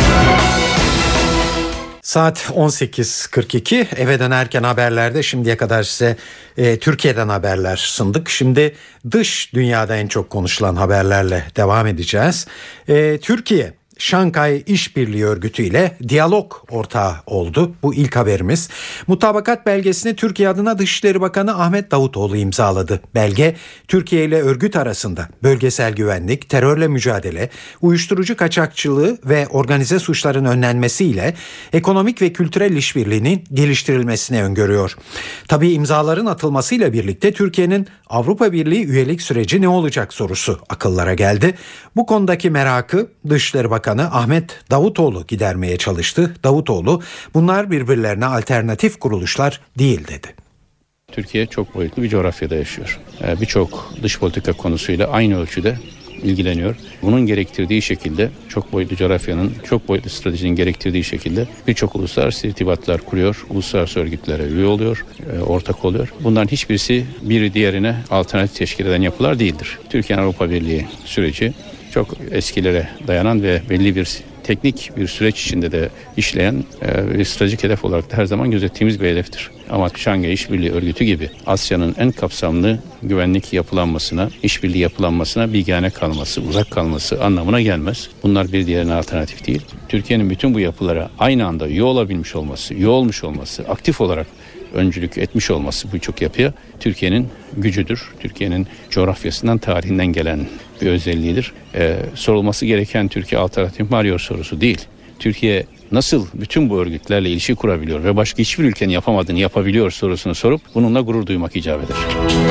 Saat on sekiz kırk iki, eve dönerken haberlerde şimdiye kadar size e, Türkiye'den haberler sundık. Şimdi dış dünyada en çok konuşulan haberlerle devam edeceğiz. E, Türkiye Şanghay İşbirliği Örgütü ile diyalog ortağı oldu. Bu ilk haberimiz. Mutabakat belgesini Türkiye adına Dışişleri Bakanı Ahmet Davutoğlu imzaladı. Belge, Türkiye ile örgüt arasında bölgesel güvenlik, terörle mücadele, uyuşturucu kaçakçılığı ve organize suçların önlenmesiyle ekonomik ve kültürel işbirliğinin geliştirilmesini öngörüyor. Tabii imzaların atılmasıyla birlikte Türkiye'nin Avrupa Birliği üyelik süreci ne olacak sorusu akıllara geldi. Bu konudaki merakı Dışişleri Bakanı Ahmet Davutoğlu gidermeye çalıştı. Davutoğlu, bunlar birbirlerine alternatif kuruluşlar değil dedi. Türkiye çok boyutlu bir coğrafyada yaşıyor. Birçok dış politika konusuyla aynı ölçüde ilgileniyor. Bunun gerektirdiği şekilde çok boyutlu coğrafyanın, çok boyutlu stratejinin gerektirdiği şekilde birçok uluslararası irtibatlar kuruyor, uluslararası örgütlere üye oluyor, ortak oluyor. Bunların hiçbirisi biri diğerine alternatif teşkil eden yapılar değildir. Türkiye Avrupa Birliği süreci çok eskilere dayanan ve belli bir teknik bir süreç içinde de işleyen bir stratejik hedef olarak da her zaman gözettiğimiz bir hedeftir. Ama Şanghay İşbirliği Örgütü gibi Asya'nın en kapsamlı güvenlik yapılanmasına, işbirliği yapılanmasına bigane kalması, uzak kalması anlamına gelmez. Bunlar bir diğerine alternatif değil. Türkiye'nin bütün bu yapılara aynı anda üye olabilmiş olması, üye olmuş olması, aktif olarak öncülük etmiş olması birçok yapıya Türkiye'nin gücüdür. Türkiye'nin coğrafyasından, tarihinden gelen bir özelliğidir. Ee, sorulması gereken Türkiye alternatif mi arıyor sorusu değil. Türkiye nasıl bütün bu örgütlerle ilişki kurabiliyor ve başka hiçbir ülkenin yapamadığını yapabiliyor sorusunu sorup bununla gurur duymak icap eder.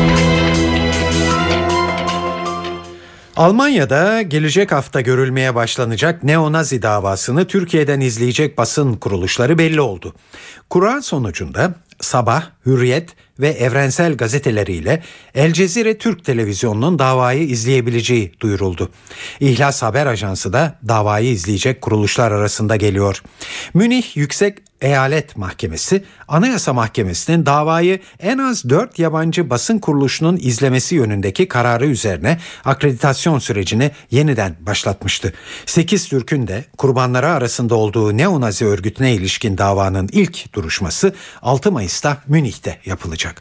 Almanya'da gelecek hafta görülmeye başlanacak neonazi davasını Türkiye'den izleyecek basın kuruluşları belli oldu. Kura sonucunda Sabah, Hürriyet ve Evrensel gazeteleriyle El Cezire Türk Televizyonu'nun davayı izleyebileceği duyuruldu. İhlas Haber Ajansı da davayı izleyecek kuruluşlar arasında geliyor. Münih Yüksek Eyalet Mahkemesi, Anayasa Mahkemesi'nin davayı en az dört yabancı basın kuruluşunun izlemesi yönündeki kararı üzerine akreditasyon sürecini yeniden başlatmıştı. sekiz Türk'ün de kurbanları arasında olduğu neonazi örgütüne ilişkin davanın ilk duruşması altı Mayıs'ta Münih'te yapılacak.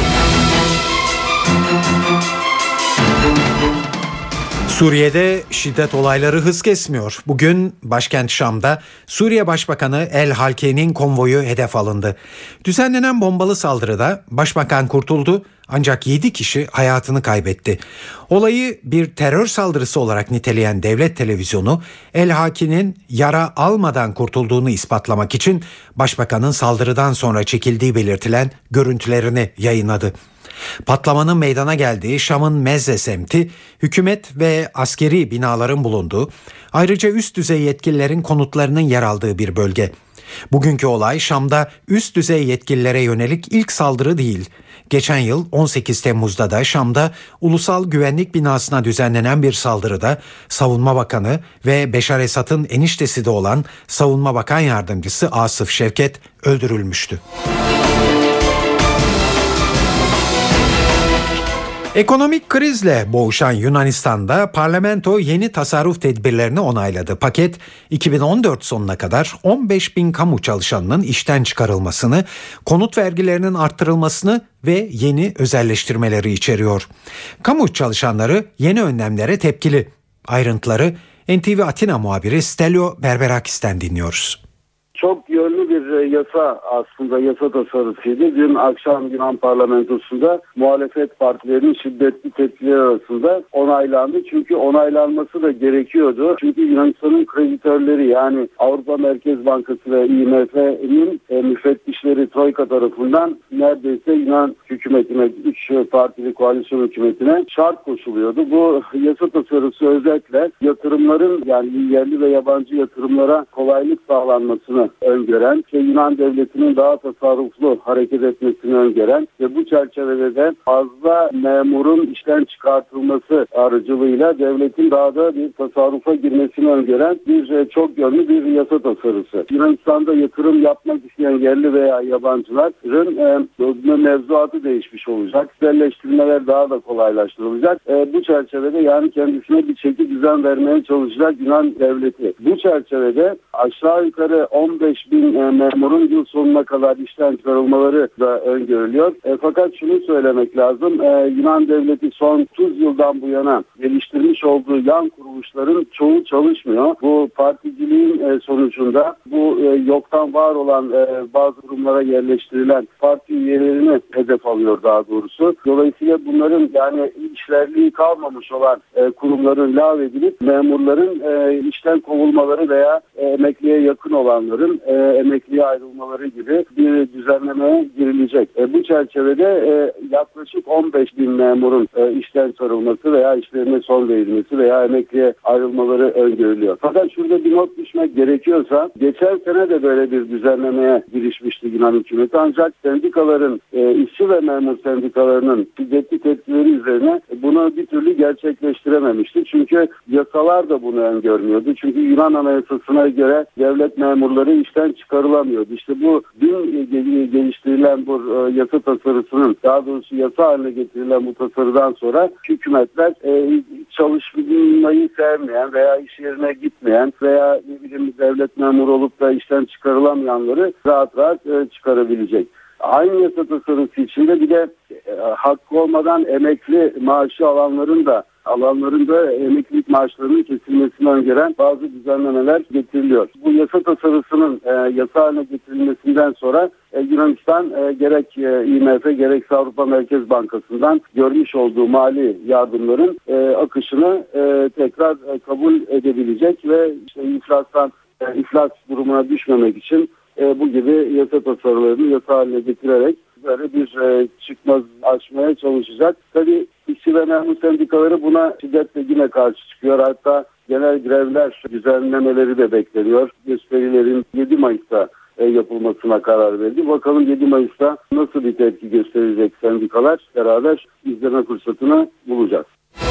Suriye'de şiddet olayları hız kesmiyor. Bugün başkent Şam'da Suriye Başbakanı El Halki'nin konvoyu hedef alındı. Düzenlenen bombalı saldırıda başbakan kurtuldu ancak yedi kişi hayatını kaybetti. Olayı bir terör saldırısı olarak niteleyen devlet televizyonu El Halki'nin yara almadan kurtulduğunu ispatlamak için başbakanın saldırıdan sonra çekildiği belirtilen görüntülerini yayınladı. Patlamanın meydana geldiği Şam'ın Mezze semti, hükümet ve askeri binaların bulunduğu, ayrıca üst düzey yetkililerin konutlarının yer aldığı bir bölge. Bugünkü olay Şam'da üst düzey yetkililere yönelik ilk saldırı değil. Geçen yıl on sekiz Temmuz'da da Şam'da Ulusal Güvenlik Binası'na düzenlenen bir saldırıda Savunma Bakanı ve Beşar Esad'ın eniştesi de olan Savunma Bakan Yardımcısı Asif Şevket öldürülmüştü. Ekonomik krizle boğuşan Yunanistan'da parlamento yeni tasarruf tedbirlerini onayladı. Paket iki bin on dört sonuna kadar on beş bin kamu çalışanının işten çıkarılmasını, konut vergilerinin arttırılmasını ve yeni özelleştirmeleri içeriyor. Kamu çalışanları yeni önlemlere tepkili. Ayrıntıları N T V Atina muhabiri Stelio Berberakis'ten dinliyoruz. Çok yönlü bir yasa aslında yasa tasarısıydı. Dün akşam Yunan parlamentosunda muhalefet partilerinin şiddetli tepkileri arasında onaylandı. Çünkü onaylanması da gerekiyordu. Çünkü Yunanistan'ın kreditörleri yani Avrupa Merkez Bankası ve I M F'nin e, müfettişleri Troika tarafından neredeyse Yunan hükümetine, üç partili koalisyon hükümetine şart koşuluyordu. Bu yasa tasarısı özetle yatırımların yani yerli ve yabancı yatırımlara kolaylık sağlanmasını öngören ve Yunan devletinin daha tasarruflu hareket etmesini öngören ve bu çerçevede de fazla memurun işten çıkartılması aracılığıyla devletin daha da bir tasarrufa girmesini öngören bir çok yönlü bir yasa tasarısı. Yunanistan'da yatırım yapmak isteyen yerli veya yabancıların e, mevzuatı değişmiş olacak. Özelleştirmeler daha da kolaylaştırılacak. E, bu çerçevede yani kendisine bir çeki düzen vermeye çalışacak Yunan devleti. Bu çerçevede aşağı yukarı on beş bin memurun yıl sonuna kadar işten çıkarılmaları da öngörülüyor. E, fakat şunu söylemek lazım. E, Yunan devleti son otuz yıldan bu yana geliştirmiş olduğu yan kuruluşların çoğu çalışmıyor. Bu particiliğin e, sonucunda bu e, yoktan var olan e, bazı kurumlara yerleştirilen parti üyelerini hedef alıyor daha doğrusu. Dolayısıyla bunların yani işlerliği kalmamış olan e, kurumların lağvedilip memurların e, işten kovulmaları veya e, emekliye yakın olanların e, emekliye ayrılmaları gibi bir düzenlemeye girilecek. E, bu çerçevede e, yaklaşık on beş bin memurun e, işten çıkarılması veya işlerine son verilmesi veya emekliye ayrılmaları öngörülüyor. Fakat şurada bir not düşmek gerekiyorsa geçen sene de böyle bir düzenlemeye girişmişti Yunan hükümeti. Ancak sendikaların, e, işçi ve memur sendikalarının şiddetli tepkileri üzerine bunu bir türlü gerçekleştirememişti. Çünkü yasalar da bunu öngörmüyordu. Çünkü Yunan Anayasası'na göre devlet memurları işten çıkarılamıyordu. İşte bu dün geliştirilen bu yasa tasarısının, daha doğrusu yasa haline getirilen bu tasarıdan sonra hükümetler e, çalışmayı sevmeyen veya iş yerine gitmeyen veya ne bileyim devlet memuru olup da işten çıkarılamayanları rahat rahat e, çıkarabilecek. Aynı yasa tasarısı içinde bir de e, hakkı olmadan emekli maaşı alanların da alanların da emeklilik maaşlarının kesilmesini öngören bazı düzenlemeler getiriliyor. Bu yasa tasarısının e, yasa haline getirilmesinden sonra e, Yunanistan e, gerek e, I M F gerekse Avrupa Merkez Bankası'ndan görmüş olduğu mali yardımların e, akışını e, tekrar e, kabul edebilecek ve işte iflastan e, iflas durumuna düşmemek için e, bu gibi yasa tasarılarını yasa haline getirerek böyle bir e, çıkmaz açmaya çalışacak. Tabii işçi ve memur sendikaları buna şiddetle yine karşı çıkıyor. Hatta genel grevler düzenlemeleri de bekleniyor. Gösterilerin yedi Mayıs'ta e, yapılmasına karar verdi. Bakalım yedi Mayıs'ta nasıl bir tepki gösterecek sendikalar, beraber izleme fırsatını bulacağız.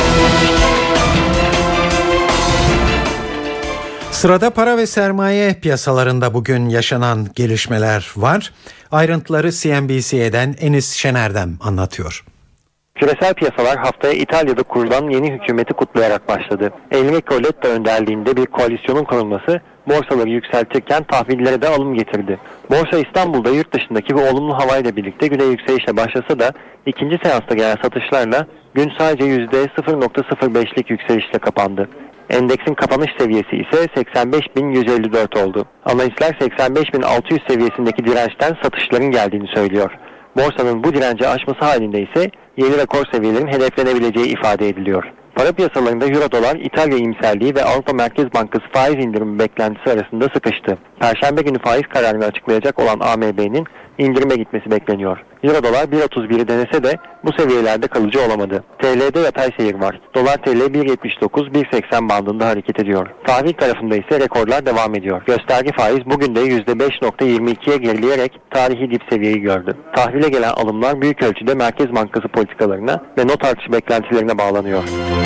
Sırada para ve sermaye piyasalarında bugün yaşanan gelişmeler var. Ayrıntıları C N B C'den Enis Şener'den anlatıyor. Küresel piyasalar haftaya İtalya'da kurulan yeni hükümeti kutlayarak başladı. Enrico Letta önderliğinde bir koalisyonun kurulması borsaları yükseltirken tahvillere de alım getirdi. Borsa İstanbul'da yurt dışındaki bu olumlu havayla birlikte güne yükselişle başlasa da ikinci seansta gelen satışlarla gün sadece yüzde sıfır virgül sıfır beşlik yükselişle kapandı. Endeksin kapanış seviyesi ise seksen beş bin yüz elli dört oldu. Analistler seksen beş bin altı yüz seviyesindeki dirençten satışların geldiğini söylüyor. Borsanın bu direnci aşması halinde ise yeni rekor seviyelerin hedeflenebileceği ifade ediliyor. Para piyasalarında Euro dolar İtalya iyimserliği ve Avrupa Merkez Bankası faiz indirimi beklentisi arasında sıkıştı. Perşembe günü faiz kararını açıklayacak olan A M B'nin indirime gitmesi bekleniyor. Euro dolar bir otuz biri denese de bu seviyelerde kalıcı olamadı. T L'de yatay seyir var. Dolar T L bir yetmiş dokuz bir seksen bandında hareket ediyor. Tahvil tarafında ise rekorlar devam ediyor. Gösterge faiz bugün de yüzde beş virgül yirmi ikiye gerileyerek tarihi dip seviyeyi gördü. Tahvile gelen alımlar büyük ölçüde Merkez Bankası politikalarına ve not artışı beklentilerine bağlanıyor.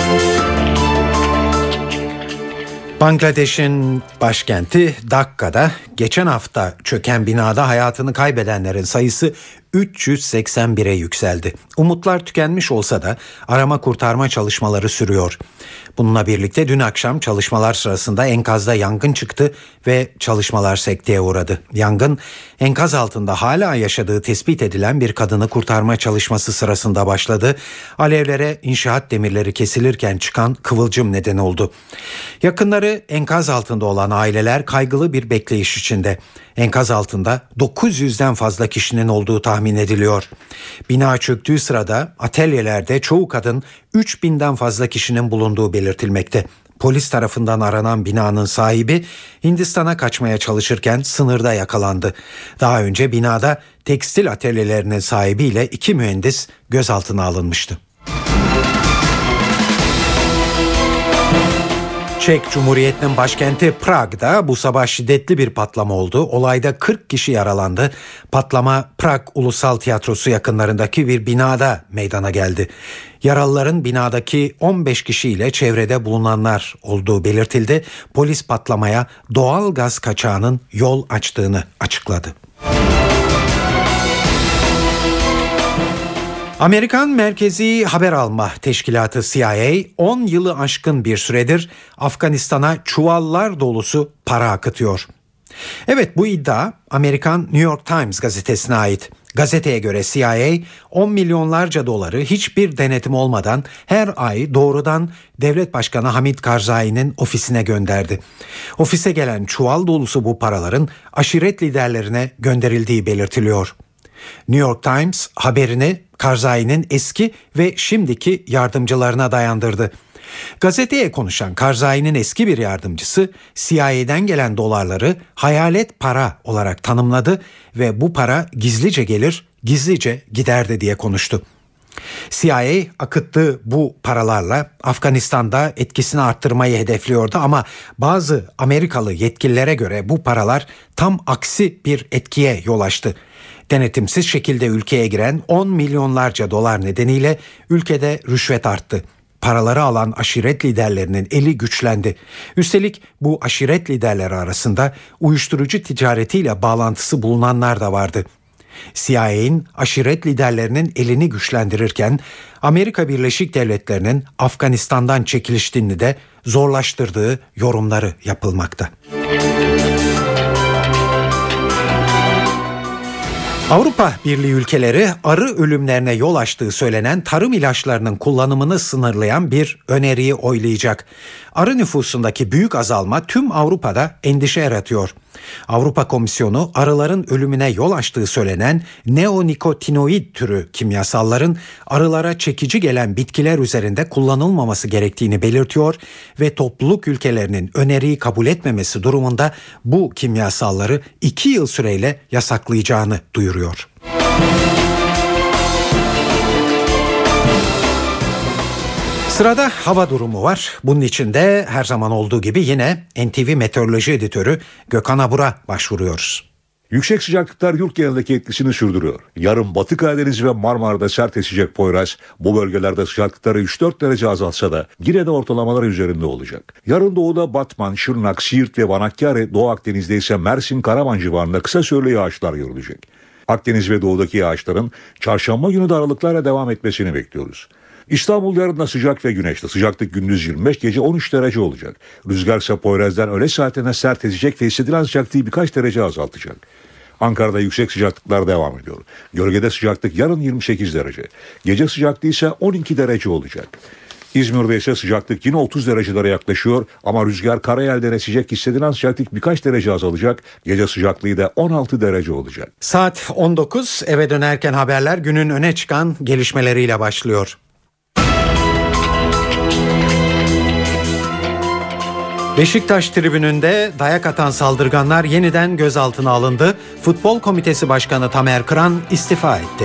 Bangladeş'in başkenti Dakka'da geçen hafta çöken binada hayatını kaybedenlerin sayısı üç yüz seksen bire yükseldi. Umutlar tükenmiş olsa da arama kurtarma çalışmaları sürüyor. Bununla birlikte dün akşam çalışmalar sırasında enkazda yangın çıktı ve çalışmalar sekteye uğradı. Yangın enkaz altında hala yaşadığı tespit edilen bir kadını kurtarma çalışması sırasında başladı. Alevlere inşaat demirleri kesilirken çıkan kıvılcım neden oldu. Yakınları enkaz altında olan aileler kaygılı bir bekleyiş içinde. Enkaz altında dokuz yüzden fazla kişinin olduğu tahmin ediliyor. Bina çöktüğü sırada atölyelerde çoğu kadın üç binden fazla kişinin bulunduğu belirtilmekte. Polis tarafından aranan binanın sahibi Hindistan'a kaçmaya çalışırken sınırda yakalandı. Daha önce binada tekstil atölyelerinin sahibiyle iki mühendis gözaltına alınmıştı. Çek Cumhuriyeti'nin başkenti Prag'da bu sabah şiddetli bir patlama oldu. Olayda kırk kişi yaralandı. Patlama Prag Ulusal Tiyatrosu yakınlarındaki bir binada meydana geldi. Yaralıların binadaki on beş kişiyle çevrede bulunanlar olduğu belirtildi. Polis patlamaya doğal gaz kaçağının yol açtığını açıkladı. Amerikan Merkezi Haber Alma Teşkilatı C I A on yılı aşkın bir süredir Afganistan'a çuvallar dolusu para akıtıyor. Evet, bu iddia Amerikan New York Times gazetesine ait. Gazeteye göre C I A on milyonlarca doları hiçbir denetim olmadan her ay doğrudan Devlet Başkanı Hamid Karzai'nin ofisine gönderdi. Ofise gelen çuval dolusu bu paraların aşiret liderlerine gönderildiği belirtiliyor. New York Times haberini Karzai'nin eski ve şimdiki yardımcılarına dayandırdı. Gazeteye konuşan Karzai'nin eski bir yardımcısı C I A'den gelen dolarları hayalet para olarak tanımladı ve bu para gizlice gelir, gizlice giderdi diye konuştu. C I A akıttığı bu paralarla Afganistan'da etkisini arttırmayı hedefliyordu ama bazı Amerikalı yetkililere göre bu paralar tam aksi bir etkiye yol açtı. Denetimsiz şekilde ülkeye giren on milyonlarca dolar nedeniyle ülkede rüşvet arttı. Paraları alan aşiret liderlerinin eli güçlendi. Üstelik bu aşiret liderleri arasında uyuşturucu ticaretiyle bağlantısı bulunanlar da vardı. C I A'nin aşiret liderlerinin elini güçlendirirken Amerika Birleşik Devletleri'nin Afganistan'dan çekilişini de zorlaştırdığı yorumları yapılmakta. Avrupa Birliği ülkeleri arı ölümlerine yol açtığı söylenen tarım ilaçlarının kullanımını sınırlayan bir öneriyi oylayacak. Arı nüfusundaki büyük azalma tüm Avrupa'da endişe yaratıyor. Avrupa Komisyonu arıların ölümüne yol açtığı söylenen neonikotinoid türü kimyasalların arılara çekici gelen bitkiler üzerinde kullanılmaması gerektiğini belirtiyor ve topluluk ülkelerinin öneriyi kabul etmemesi durumunda bu kimyasalları iki yıl süreyle yasaklayacağını duyuruyor. Sırada hava durumu var. Bunun için de her zaman olduğu gibi yine N T V Meteoroloji Editörü Gökhan Abur'a başvuruyoruz. Yüksek sıcaklıklar yurt genelindeki etkisini sürdürüyor. Yarın Batı Karadeniz ve Marmara'da sert esecek Poyraz, bu bölgelerde sıcaklıkları üç dört derece azaltsa da yine de ortalamalar üzerinde olacak. Yarın doğuda Batman, Şırnak, Siirt ve Van Hakkari, Doğu Akdeniz'de ise Mersin, Karaman civarında kısa süreli yağışlar görülecek. Akdeniz ve doğudaki yağışların çarşamba günü de aralıklarla devam etmesini bekliyoruz. İstanbul yarın da sıcak ve güneşli. Sıcaklık gündüz yirmi beş, gece on üç derece olacak. Rüzgar ise Poyraz'dan öğle saatlerine sert esecek ve hissedilen sıcaklığı birkaç derece azaltacak. Ankara'da yüksek sıcaklıklar devam ediyor. Gölgede sıcaklık yarın yirmi sekiz derece. Gece sıcaklığı ise on iki derece olacak. İzmir'de ise sıcaklık yine otuz derecelere yaklaşıyor ama rüzgar karayelden esecek, hissedilen sıcaklık birkaç derece azalacak. Gece sıcaklığı da on altı derece olacak. Saat on dokuz, eve dönerken haberler günün öne çıkan gelişmeleriyle başlıyor. Beşiktaş tribününde dayak atan saldırganlar yeniden gözaltına alındı. Futbol Komitesi Başkanı Tamer Kıran istifa etti.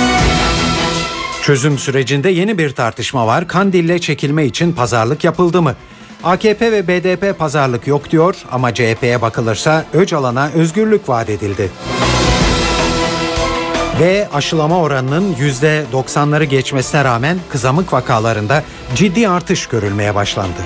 Çözüm sürecinde yeni bir tartışma var. Kandil'le çekilme için pazarlık yapıldı mı? A K P ve B D P pazarlık yok diyor ama C H P'ye bakılırsa Öcalan'a özgürlük vaat edildi. Ve aşılama oranının yüzde doksanları geçmesine rağmen kızamık vakalarında ciddi artış görülmeye başlandı.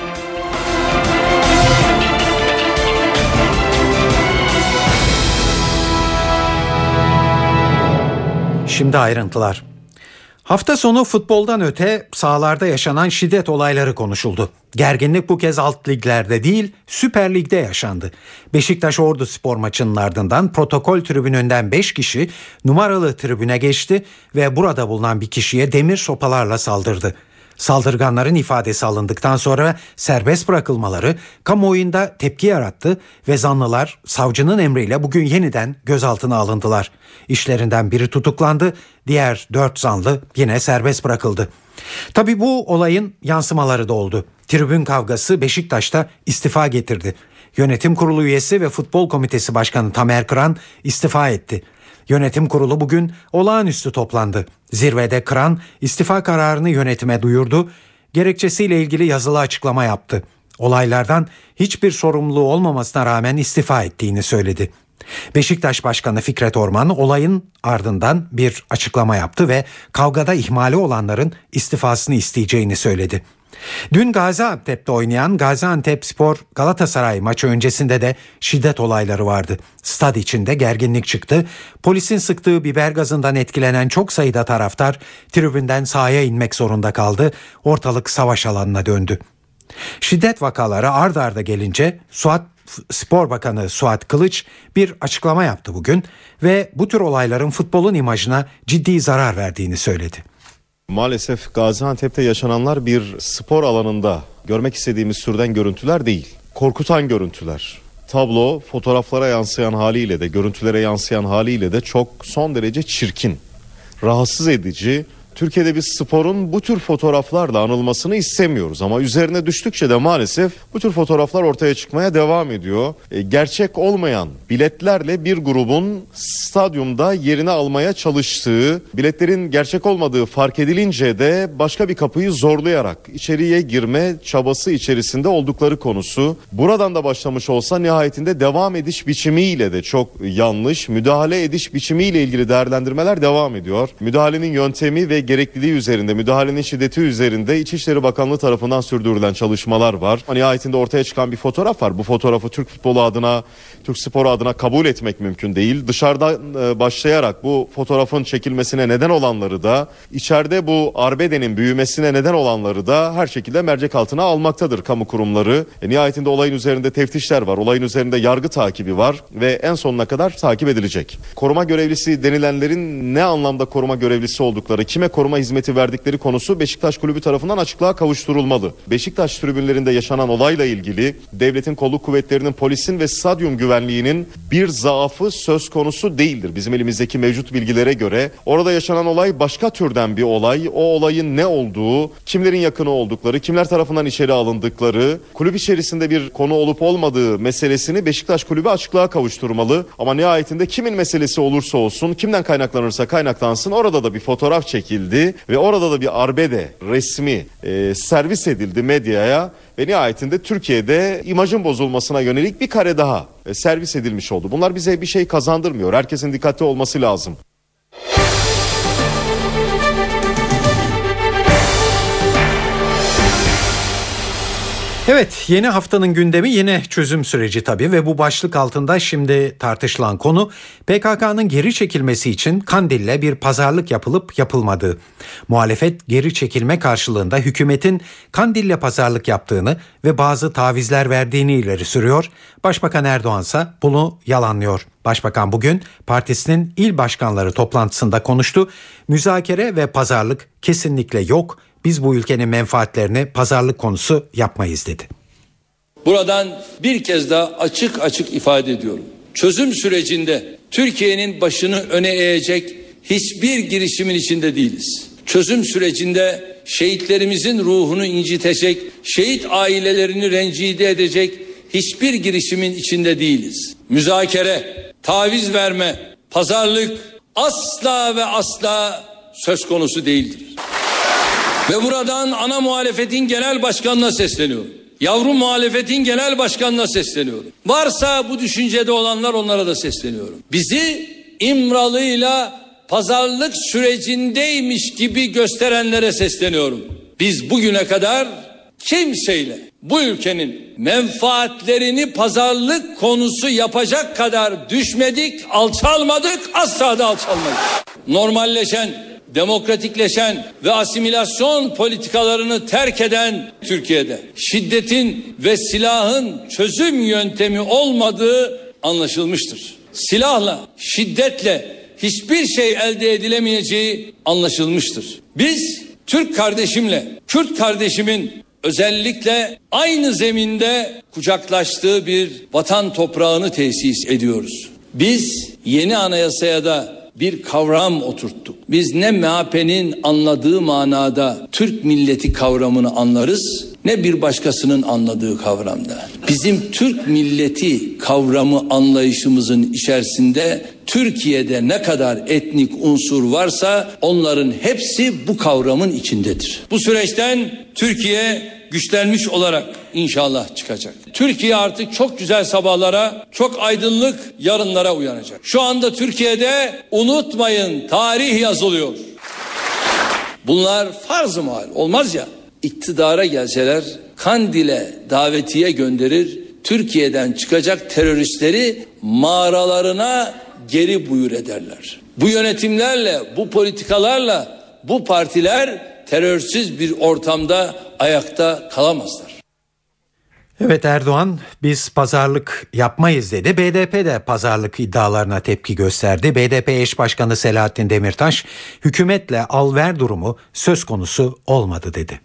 Şimdi ayrıntılar. Hafta sonu futboldan öte sahalarda yaşanan şiddet olayları konuşuldu. Gerginlik bu kez alt liglerde değil, Süper Lig'de yaşandı. Beşiktaş Orduspor maçının ardından protokol tribününden beş kişi numaralı tribüne geçti ve burada bulunan bir kişiye demir sopalarla saldırdı. Saldırganların ifadesi alındıktan sonra serbest bırakılmaları kamuoyunda tepki yarattı ve zanlılar savcının emriyle bugün yeniden gözaltına alındılar. İşlerinden biri tutuklandı, diğer dört zanlı yine serbest bırakıldı. Tabii bu olayın yansımaları da oldu. Tribün kavgası Beşiktaş'ta istifa getirdi. Yönetim kurulu üyesi ve futbol komitesi başkanı Tamer Kıran istifa etti. Yönetim kurulu bugün olağanüstü toplandı. Zirvede Kıran istifa kararını yönetime duyurdu. Gerekçesiyle ilgili yazılı açıklama yaptı. Olaylardan hiçbir sorumluluğu olmamasına rağmen istifa ettiğini söyledi. Beşiktaş Başkanı Fikret Orman olayın ardından bir açıklama yaptı ve kavgada ihmali olanların istifasını isteyeceğini söyledi. Dün Gaziantep'te oynayan Gaziantepspor Galatasaray maçı öncesinde de şiddet olayları vardı. Stad içinde gerginlik çıktı. Polisin sıktığı biber gazından etkilenen çok sayıda taraftar tribünden sahaya inmek zorunda kaldı. Ortalık savaş alanına döndü. Şiddet vakaları ard arda gelince Suat Spor Bakanı Suat Kılıç bir açıklama yaptı bugün ve bu tür olayların futbolun imajına ciddi zarar verdiğini söyledi. Maalesef Gaziantep'te yaşananlar bir spor alanında görmek istediğimiz türden görüntüler değil. Korkutan görüntüler. Tablo fotoğraflara yansıyan haliyle de, görüntülere yansıyan haliyle de çok son derece çirkin, rahatsız edici. Türkiye'de biz sporun bu tür fotoğraflarla anılmasını istemiyoruz ama üzerine düştükçe de maalesef bu tür fotoğraflar ortaya çıkmaya devam ediyor. E, gerçek olmayan biletlerle bir grubun stadyumda yerini almaya çalıştığı, biletlerin gerçek olmadığı fark edilince de başka bir kapıyı zorlayarak içeriye girme çabası içerisinde oldukları konusu. Buradan da başlamış olsa nihayetinde devam ediş biçimiyle de çok yanlış, müdahale ediş biçimiyle ilgili değerlendirmeler devam ediyor. Müdahalenin yöntemi ve gerekliliği üzerinde, müdahalenin şiddeti üzerinde İçişleri Bakanlığı tarafından sürdürülen çalışmalar var. Nihayetinde ortaya çıkan bir fotoğraf var. Bu fotoğrafı Türk futbolu adına, Türk sporu adına kabul etmek mümkün değil. Dışarıdan başlayarak bu fotoğrafın çekilmesine neden olanları da, içeride bu arbedenin büyümesine neden olanları da her şekilde mercek altına almaktadır kamu kurumları. E, nihayetinde olayın üzerinde teftişler var, olayın üzerinde yargı takibi var ve en sonuna kadar takip edilecek. Koruma görevlisi denilenlerin ne anlamda koruma görevlisi oldukları, kime koruma hizmeti verdikleri konusu Beşiktaş Kulübü tarafından açıklığa kavuşturulmalı. Beşiktaş tribünlerinde yaşanan olayla ilgili devletin kolluk kuvvetlerinin, polisin ve stadyum güvenliğinin bir zaafı söz konusu değildir. Bizim elimizdeki mevcut bilgilere göre orada yaşanan olay başka türden bir olay. O olayın ne olduğu, kimlerin yakını oldukları, kimler tarafından içeri alındıkları, kulüp içerisinde bir konu olup olmadığı meselesini Beşiktaş Kulübü açıklığa kavuşturmalı. Ama nihayetinde kimin meselesi olursa olsun, kimden kaynaklanırsa kaynaklansın, orada da bir fotoğraf çekildi ve orada da bir arbede resmi e, servis edildi medyaya ve nihayetinde Türkiye'de imajın bozulmasına yönelik bir kare daha e, servis edilmiş oldu. Bunlar bize bir şey kazandırmıyor. Herkesin dikkatli olması lazım. Evet, yeni haftanın gündemi yine çözüm süreci tabii ve bu başlık altında şimdi tartışılan konu P K K'nın geri çekilmesi için Kandil'le bir pazarlık yapılıp yapılmadığı. Muhalefet geri çekilme karşılığında hükümetin Kandil'le pazarlık yaptığını ve bazı tavizler verdiğini ileri sürüyor. Başbakan Erdoğan ise bunu yalanlıyor. Başbakan bugün partisinin il başkanları toplantısında konuştu. Müzakere ve pazarlık kesinlikle yok. Biz bu ülkenin menfaatlerini pazarlık konusu yapmayız dedi. Buradan bir kez daha açık açık ifade ediyorum. Çözüm sürecinde Türkiye'nin başını öne eğecek hiçbir girişimin içinde değiliz. Çözüm sürecinde şehitlerimizin ruhunu incitecek, şehit ailelerini rencide edecek hiçbir girişimin içinde değiliz. Müzakere, taviz verme, pazarlık asla ve asla söz konusu değildir. Ve buradan ana muhalefetin genel başkanına sesleniyorum. Yavru muhalefetin genel başkanına sesleniyorum. Varsa bu düşüncede olanlar, onlara da sesleniyorum. Bizi İmralı'yla pazarlık sürecindeymiş gibi gösterenlere sesleniyorum. Biz bugüne kadar kimseyle bu ülkenin menfaatlerini pazarlık konusu yapacak kadar düşmedik, alçalmadık, asla da alçalmadık. Normalleşen, demokratikleşen ve asimilasyon politikalarını terk eden Türkiye'de şiddetin ve silahın çözüm yöntemi olmadığı anlaşılmıştır. Silahla, şiddetle hiçbir şey elde edilemeyeceği anlaşılmıştır. Biz Türk kardeşimle, Kürt kardeşimin özellikle aynı zeminde kucaklaştığı bir vatan toprağını tesis ediyoruz. Biz yeni anayasaya da bir kavram oturttuk. Biz ne M H P'nin anladığı manada Türk milleti kavramını anlarız, ne bir başkasının anladığı kavramda. Bizim Türk milleti kavramı anlayışımızın içerisinde Türkiye'de ne kadar etnik unsur varsa onların hepsi bu kavramın içindedir. Bu süreçten Türkiye güçlenmiş olarak inşallah çıkacak. Türkiye artık çok güzel sabahlara, çok aydınlık yarınlara uyanacak. Şu anda Türkiye'de unutmayın, tarih yazılıyor. Bunlar farz-ı mahal, olmaz ya. İktidara gelseler Kandil'e davetiye gönderir, Türkiye'den çıkacak teröristleri mağaralarına geri buyur ederler. Bu yönetimlerle, bu politikalarla bu partiler terörsüz bir ortamda ayakta kalamazlar. Evet, Erdoğan biz pazarlık yapmayız dedi. B D P de pazarlık iddialarına tepki gösterdi. B D P eş başkanı Selahattin Demirtaş hükümetle al-ver durumu söz konusu olmadı dedi.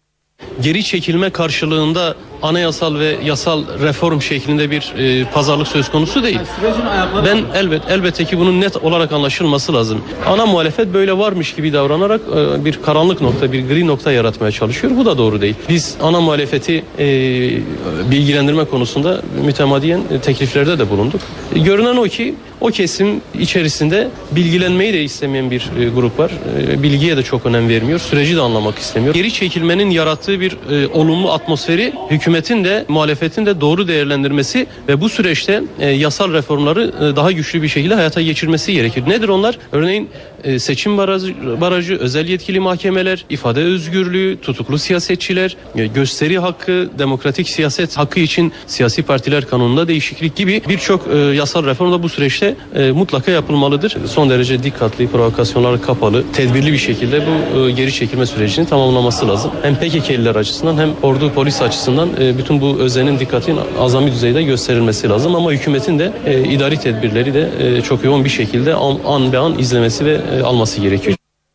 Geri çekilme karşılığında anayasal ve yasal reform şeklinde bir e, pazarlık söz konusu değil. Ben elbet elbette ki bunun net olarak anlaşılması lazım. Ana muhalefet böyle varmış gibi davranarak e, bir karanlık nokta, bir gri nokta yaratmaya çalışıyor. Bu da doğru değil. Biz ana muhalefeti e, bilgilendirme konusunda mütemadiyen e, tekliflerde de bulunduk. E, görünen o ki o kesim içerisinde bilgilenmeyi de istemeyen bir e, grup var. E, bilgiye de çok önem vermiyor. Süreci de anlamak istemiyor. Geri çekilmenin yarattığı bir e, olumlu atmosferi hükümetin de muhalefetin de doğru değerlendirmesi ve bu süreçte e, yasal reformları e, daha güçlü bir şekilde hayata geçirmesi gerekir. Nedir onlar? Örneğin e, seçim barajı, barajı, özel yetkili mahkemeler, ifade özgürlüğü, tutuklu siyasetçiler, e, gösteri hakkı, demokratik siyaset hakkı için siyasi partiler kanununda değişiklik gibi birçok e, yasal reform da bu süreçte e, mutlaka yapılmalıdır. Son derece dikkatli, provokasyonlara kapalı, tedbirli bir şekilde bu e, geri çekilme sürecini tamamlaması lazım. Hem P K K'liler açısından hem ordu polis açısından e, bütün bu özenin dikkatin azami düzeyde gösterilmesi lazım ama hükümetin de e, idari tedbirleri de e, çok yoğun bir şekilde an, an be an izlemesi ve e, alması gerekiyor.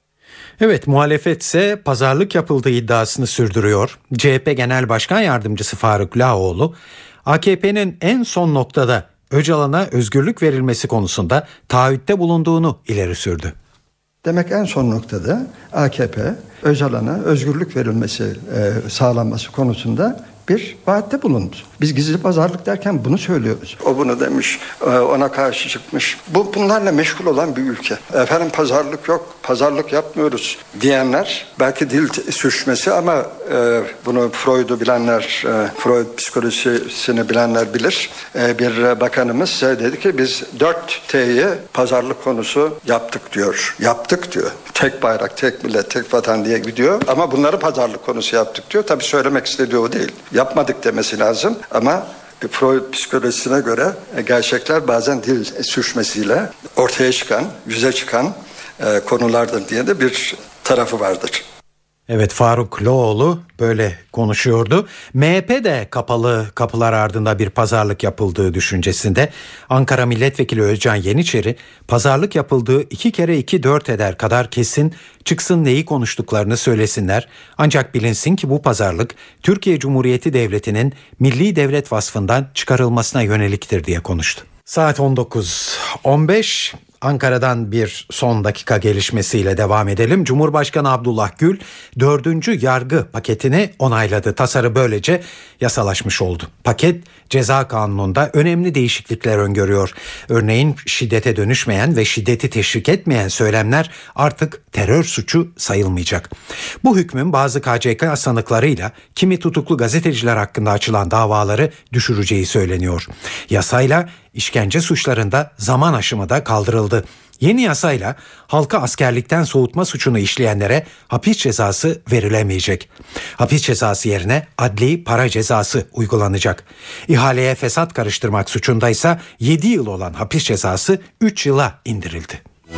Evet, muhalefet ise pazarlık yapıldığı iddiasını sürdürüyor. C H P Genel Başkan Yardımcısı Faruk Laoğlu, A K P'nin en son noktada Öcalan'a özgürlük verilmesi konusunda taahhütte bulunduğunu ileri sürdü. Demek en son noktada A K P Öcalan'a özgürlük verilmesi e, sağlanması konusunda bir vaatte bulundu. Biz gizli pazarlık derken bunu söylüyoruz. O bunu demiş, ona karşı çıkmış. Bu bunlarla meşgul olan bir ülke. Efendim pazarlık yok, pazarlık yapmıyoruz diyenler belki dil sürçmesi ama e, bunu Freud'u bilenler, e, Freud psikolojisini bilenler bilir. E, bir bakanımız dedi ki biz dört T'yi pazarlık konusu yaptık diyor. Yaptık diyor. Tek bayrak, tek millet, tek vatan diye gidiyor. Ama bunları pazarlık konusu yaptık diyor. Tabii söylemek istediği o değil. Yapmadık demesi lazım ama Freud psikolojisine göre gerçekler bazen dil sürçmesiyle ortaya çıkan, yüze çıkan e, konulardır diye de bir tarafı vardır. Evet, Faruk Loğlu böyle konuşuyordu. M H P de kapalı kapılar ardında bir pazarlık yapıldığı düşüncesinde. Ankara Milletvekili Özcan Yeniçeri pazarlık yapıldığı iki kere iki dört eder kadar kesin, çıksın neyi konuştuklarını söylesinler. Ancak bilinsin ki bu pazarlık Türkiye Cumhuriyeti Devleti'nin milli devlet vasfından çıkarılmasına yöneliktir diye konuştu. Saat on dokuz on beş. Ankara'dan bir son dakika gelişmesiyle devam edelim. Cumhurbaşkanı Abdullah Gül dördüncü yargı paketini onayladı. Tasarı böylece yasalaşmış oldu. Paket ceza kanununda önemli değişiklikler öngörüyor. Örneğin şiddete dönüşmeyen ve şiddeti teşvik etmeyen söylemler artık terör suçu sayılmayacak. Bu hükmün bazı K C K sanıklarıyla kimi tutuklu gazeteciler hakkında açılan davaları düşüreceği söyleniyor. Yasayla İşkence suçlarında zaman aşımı da kaldırıldı. Yeni yasayla halka askerlikten soğutma suçunu işleyenlere hapis cezası verilemeyecek. Hapis cezası yerine adli para cezası uygulanacak. İhaleye fesat karıştırmak suçundaysa yedi yıl olan hapis cezası üç yıla indirildi.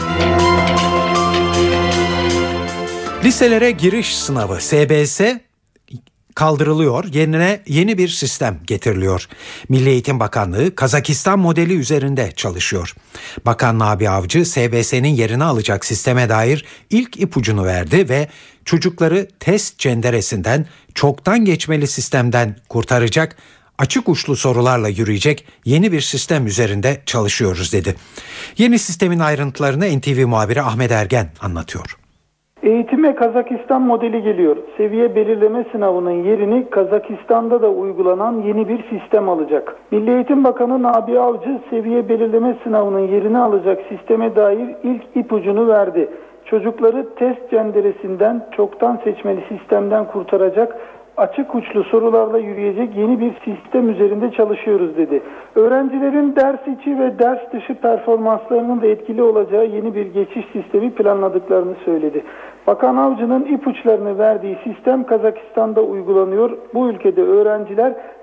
Liselere giriş sınavı S B S kaldırılıyor, yerine yeni bir sistem getiriliyor. Milli Eğitim Bakanlığı Kazakistan modeli üzerinde çalışıyor. Bakan Nabi Avcı S B S'nin yerini alacak sisteme dair ilk ipucunu verdi ve çocukları test cenderesinden, çoktan geçmeli sistemden kurtaracak, açık uçlu sorularla yürüyecek yeni bir sistem üzerinde çalışıyoruz dedi. Yeni sistemin ayrıntılarını N T V muhabiri Ahmet Ergen anlatıyor. Eğitime Kazakistan modeli geliyor. Seviye belirleme sınavının yerini Kazakistan'da da uygulanan yeni bir sistem alacak. Milli Eğitim Bakanı Nabi Avcı seviye belirleme sınavının yerini alacak sisteme dair ilk ipucunu verdi. Çocukları test cenderesinden, çoktan seçmeli sistemden kurtaracak, açık uçlu sorularla yürüyecek yeni bir sistem üzerinde çalışıyoruz dedi. Öğrencilerin ders içi ve ders dışı performanslarının da etkili olacağı yeni bir geçiş sistemi planladıklarını söyledi. Bakan Avcı'nın ipuçlarını verdiği sistem Kazakistan'da uygulanıyor. Bu ülkede öğrenciler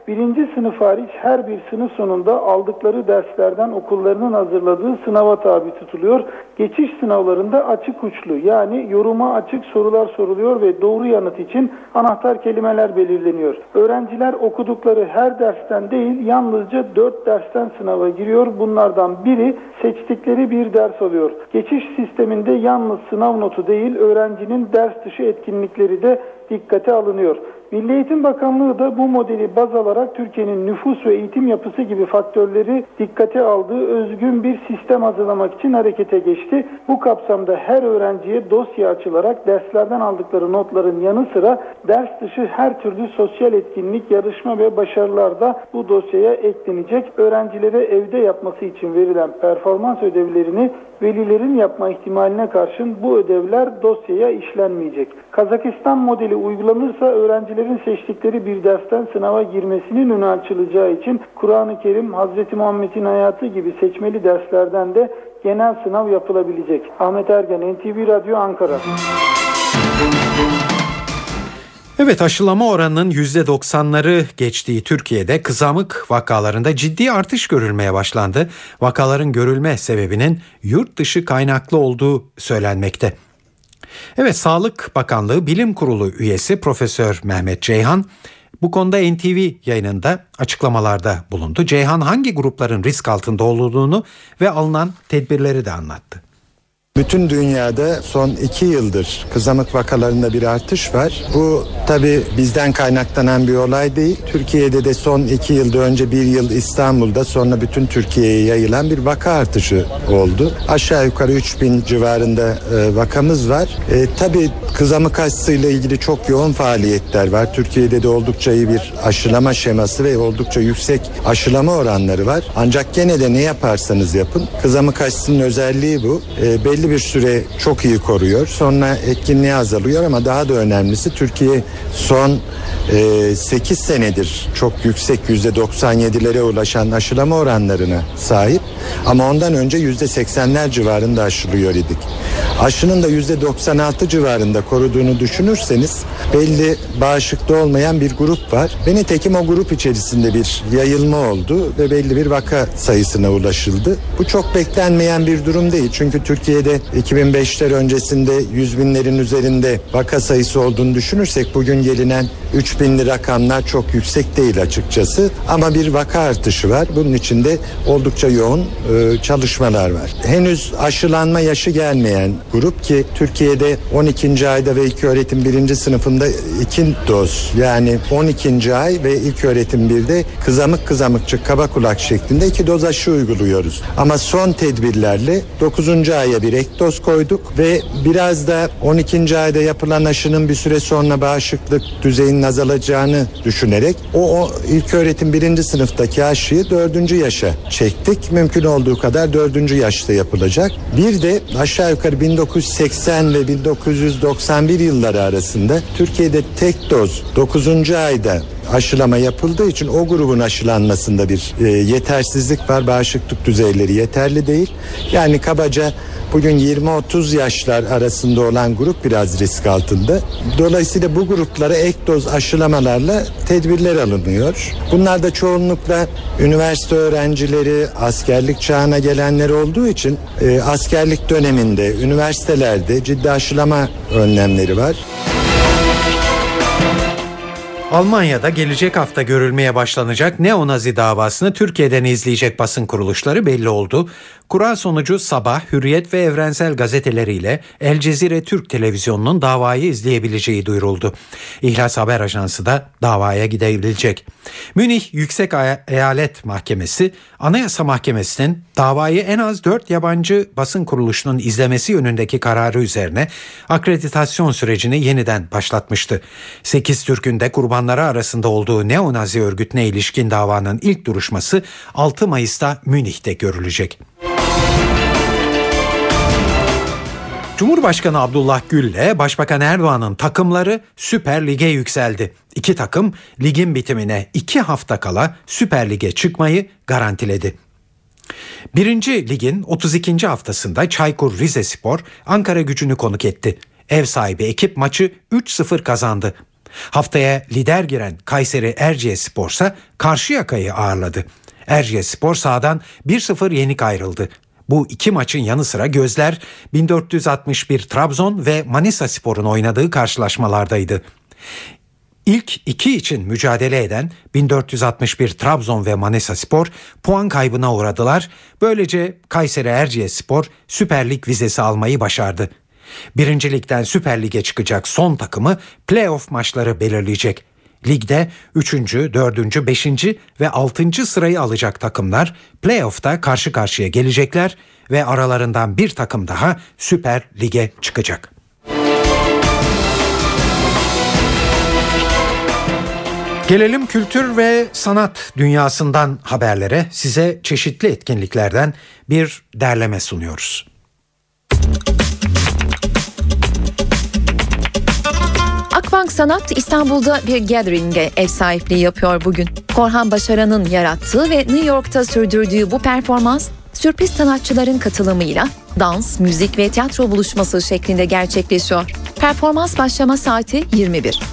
birinci sınıf hariç her bir sınıf sonunda aldıkları derslerden okullarının hazırladığı sınava tabi tutuluyor. Geçiş sınavlarında açık uçlu yani yoruma açık sorular soruluyor ve doğru yanıt için anahtar kelimeler belirleniyor. Öğrenciler okudukları her dersten değil yalnızca dört dersten sınava giriyor. Bunlardan biri seçtikleri bir ders oluyor. Geçiş sisteminde yalnız sınav notu değil öğrencinin ders dışı etkinlikleri de dikkate alınıyor. Milli Eğitim Bakanlığı da bu modeli baz alarak Türkiye'nin nüfus ve eğitim yapısı gibi faktörleri dikkate aldığı özgün bir sistem hazırlamak için harekete geçti. Bu kapsamda her öğrenciye dosya açılarak derslerden aldıkları notların yanı sıra ders dışı her türlü sosyal etkinlik, yarışma ve başarılar da bu dosyaya eklenecek. Öğrencilere evde yapması için verilen performans ödevlerini velilerin yapma ihtimaline karşın bu ödevler dosyaya işlenmeyecek. Kazakistan modeli uygulanırsa öğrencilerin seçtikleri bir dersten sınava girmesinin önü açılacağı için Kur'an-ı Kerim, Hazreti Muhammed'in hayatı gibi seçmeli derslerden de genel sınav yapılabilecek. Ahmet Ergen, N T V Radyo, Ankara. Evet, aşılama oranının yüzde doksanları geçtiği Türkiye'de kızamık vakalarında ciddi artış görülmeye başlandı. Vakaların görülme sebebinin yurt dışı kaynaklı olduğu söylenmekte. Evet, Sağlık Bakanlığı Bilim Kurulu üyesi Profesör Mehmet Ceyhan bu konuda N T V yayınında açıklamalarda bulundu. Ceyhan hangi grupların risk altında olduğunu ve alınan tedbirleri de anlattı. Bütün dünyada son iki yıldır kızamık vakalarında bir artış var. Bu tabii bizden kaynaklanan bir olay değil. Türkiye'de de son iki yılda önce bir yıl İstanbul'da sonra bütün Türkiye'ye yayılan bir vaka artışı oldu. Aşağı yukarı üç bin civarında e, vakamız var. E, tabii kızamık aşısıyla ilgili çok yoğun faaliyetler var. Türkiye'de de oldukça iyi bir aşılama şeması ve oldukça yüksek aşılama oranları var. Ancak gene de ne yaparsanız yapın kızamık aşısının özelliği bu. E, belli bir süre çok iyi koruyor. Sonra etkinliği azalıyor ama daha da önemlisi Türkiye son e, sekiz senedir çok yüksek yüzde doksan yedilere ulaşan aşılama oranlarına sahip. Ama ondan önce yüzde seksenler civarında aşılıyor idik. Aşının da yüzde doksan altı civarında koruduğunu düşünürseniz belli bağışıklı olmayan bir grup var. Ve nitekim o grup içerisinde bir yayılma oldu ve belli bir vaka sayısına ulaşıldı. Bu çok beklenmeyen bir durum değil. Çünkü Türkiye'de iki bin beşler öncesinde yüz binlerin üzerinde vaka sayısı olduğunu düşünürsek bugün gelinen üç binli rakamlar çok yüksek değil açıkçası. Ama bir vaka artışı var. Bunun içinde oldukça yoğun e, çalışmalar var. Henüz aşılanma yaşı gelmeyen grup ki Türkiye'de on ikinci ayda ve ilköğretim birinci sınıfında iki doz yani on ikinci ay ve ilköğretim birde kızamık kızamıkçık kaba kulak şeklinde iki doz aşı uyguluyoruz. Ama son tedbirlerle dokuzuncu aya bir ek doz koyduk ve biraz da on ikinci ayda yapılan aşının bir süre sonra bağışıklık düzeyinin azalacağını düşünerek o, o ilköğretim birinci sınıftaki aşıyı dördüncü yaşa çektik. Mümkün olduğu kadar dördüncü yaşta yapılacak. Bir de aşağı yukarı bin dokuz yüz seksen ve bin dokuz yüz doksan bir yılları arasında Türkiye'de tek doz dokuzuncu ayda aşılama yapıldığı için o grubun aşılanmasında bir e, yetersizlik var. Bağışıklık düzeyleri yeterli değil. Yani kabaca bugün yirmi otuz yaşlar arasında olan grup biraz risk altında. Dolayısıyla bu gruplara ek doz aşılamalarla tedbirler alınıyor. Bunlar da çoğunlukla üniversite öğrencileri, askerlik çağına gelenler olduğu için e, askerlik döneminde, üniversitelerde ciddi aşılama önlemleri var. Almanya'da gelecek hafta görülmeye başlanacak neonazi davasını Türkiye'den izleyecek basın kuruluşları belli oldu. Kura sonucu Sabah, Hürriyet ve Evrensel gazeteleriyle El Cezire Türk Televizyonu'nun davayı izleyebileceği duyuruldu. İhlas Haber Ajansı da davaya gidebilecek. Münih Yüksek Eyalet Mahkemesi, Anayasa Mahkemesi'nin davayı en az dört yabancı basın kuruluşunun izlemesi yönündeki kararı üzerine akreditasyon sürecini yeniden başlatmıştı. sekiz Türk'ün de kurbanları arasında olduğu neonazi örgütüne ilişkin davanın ilk duruşması altı Mayıs'ta Münih'te görülecek. Cumhurbaşkanı Abdullah Gül'le Başbakan Erdoğan'ın takımları Süper Lig'e yükseldi. İki takım ligin bitimine iki hafta kala Süper Lig'e çıkmayı garantiledi. Birinci Lig'in otuz ikinci haftasında Çaykur Rizespor Ankara Gücü'nü konuk etti. Ev sahibi ekip maçı üç sıfır kazandı. Haftaya lider giren Kayseri Erciyesspor ise Karşıyaka'yı ağırladı. Erciyesspor sahadan bir sıfır yenik ayrıldı. Bu iki maçın yanı sıra gözler bin dört yüz altmış bir Trabzon ve Manisaspor'un oynadığı karşılaşmalardaydı. İlk iki için mücadele eden bin dört yüz altmış bir Trabzon ve Manisaspor puan kaybına uğradılar. Böylece Kayseri Erciyesspor Süper Lig vizesi almayı başardı. Birinci Lig'den Süper Lig'e çıkacak son takımı playoff maçları belirleyecek. Ligde üçüncü, dördüncü, beşinci ve altıncı sırayı alacak takımlar playoff'ta karşı karşıya gelecekler ve aralarından bir takım daha Süper Lig'e çıkacak. Gelelim kültür ve sanat dünyasından haberlere. Size çeşitli etkinliklerden bir derleme sunuyoruz. Akbank Sanat İstanbul'da bir gathering'e ev sahipliği yapıyor bugün. Korhan Başaran'ın yarattığı ve New York'ta sürdürdüğü bu performans sürpriz sanatçıların katılımıyla dans, müzik ve tiyatro buluşması şeklinde gerçekleşiyor. Performans başlama saati yirmi bir.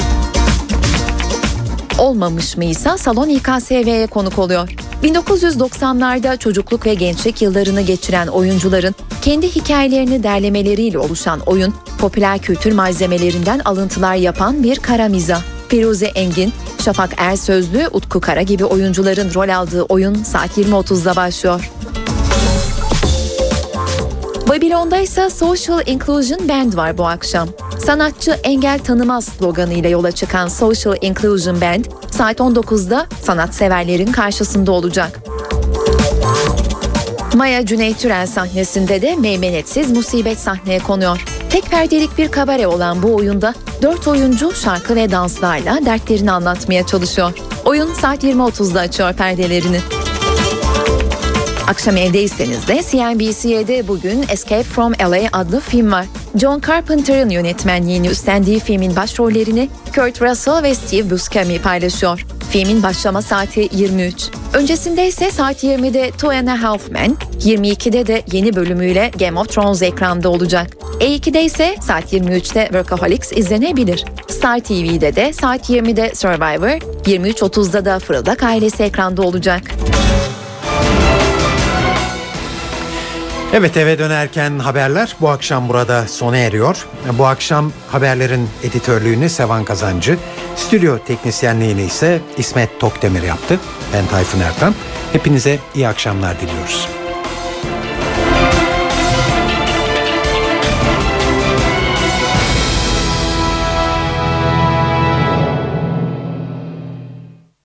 Olmamış mıysa Salon İ K S V'ye konuk oluyor. bin dokuz yüz doksanlarda çocukluk ve gençlik yıllarını geçiren oyuncuların kendi hikayelerini derlemeleriyle oluşan oyun, popüler kültür malzemelerinden alıntılar yapan bir kara mizah. Firuze Engin, Şafak Ersözlü, Utku Kara gibi oyuncuların rol aldığı oyun saat yirmi otuzda başlıyor. Babilon'da ise Social Inclusion Band var bu akşam. Sanatçı engel tanımaz sloganıyla yola çıkan Social Inclusion Band saat on dokuzda sanatseverlerin karşısında olacak. Maya Cüneyt Türel sahnesinde de Meymenetsiz Musibet sahneye konuyor. Tek perdelik bir kabare olan bu oyunda dört oyuncu şarkı ve danslarla dertlerini anlatmaya çalışıyor. Oyun saat yirmi otuzda açıyor perdelerini. Akşam evdeyseniz de C N B C'de bugün Escape from L A adlı film var. John Carpenter'ın yönetmenliğini üstlendiği filmin başrollerini Kurt Russell ve Steve Buscemi paylaşıyor. Filmin başlama saati yirmi üç. Öncesinde ise saat yirmide Two and a Half Men, yirmi ikide de yeni bölümüyle Game of Thrones ekranda olacak. E iki'de ise saat yirmi üçte Workaholics izlenebilir. Star T V'de de saat yirmide Survivor, yirmi üç otuzda da Fırıldak Ailesi ekranda olacak. Evet, eve dönerken haberler bu akşam burada sona eriyor. Bu akşam haberlerin editörlüğünü Sevan Kazancı, stüdyo teknisyenliğini ise İsmet Tokdemir yaptı. Ben Tayfun Ertan. Hepinize iyi akşamlar diliyoruz.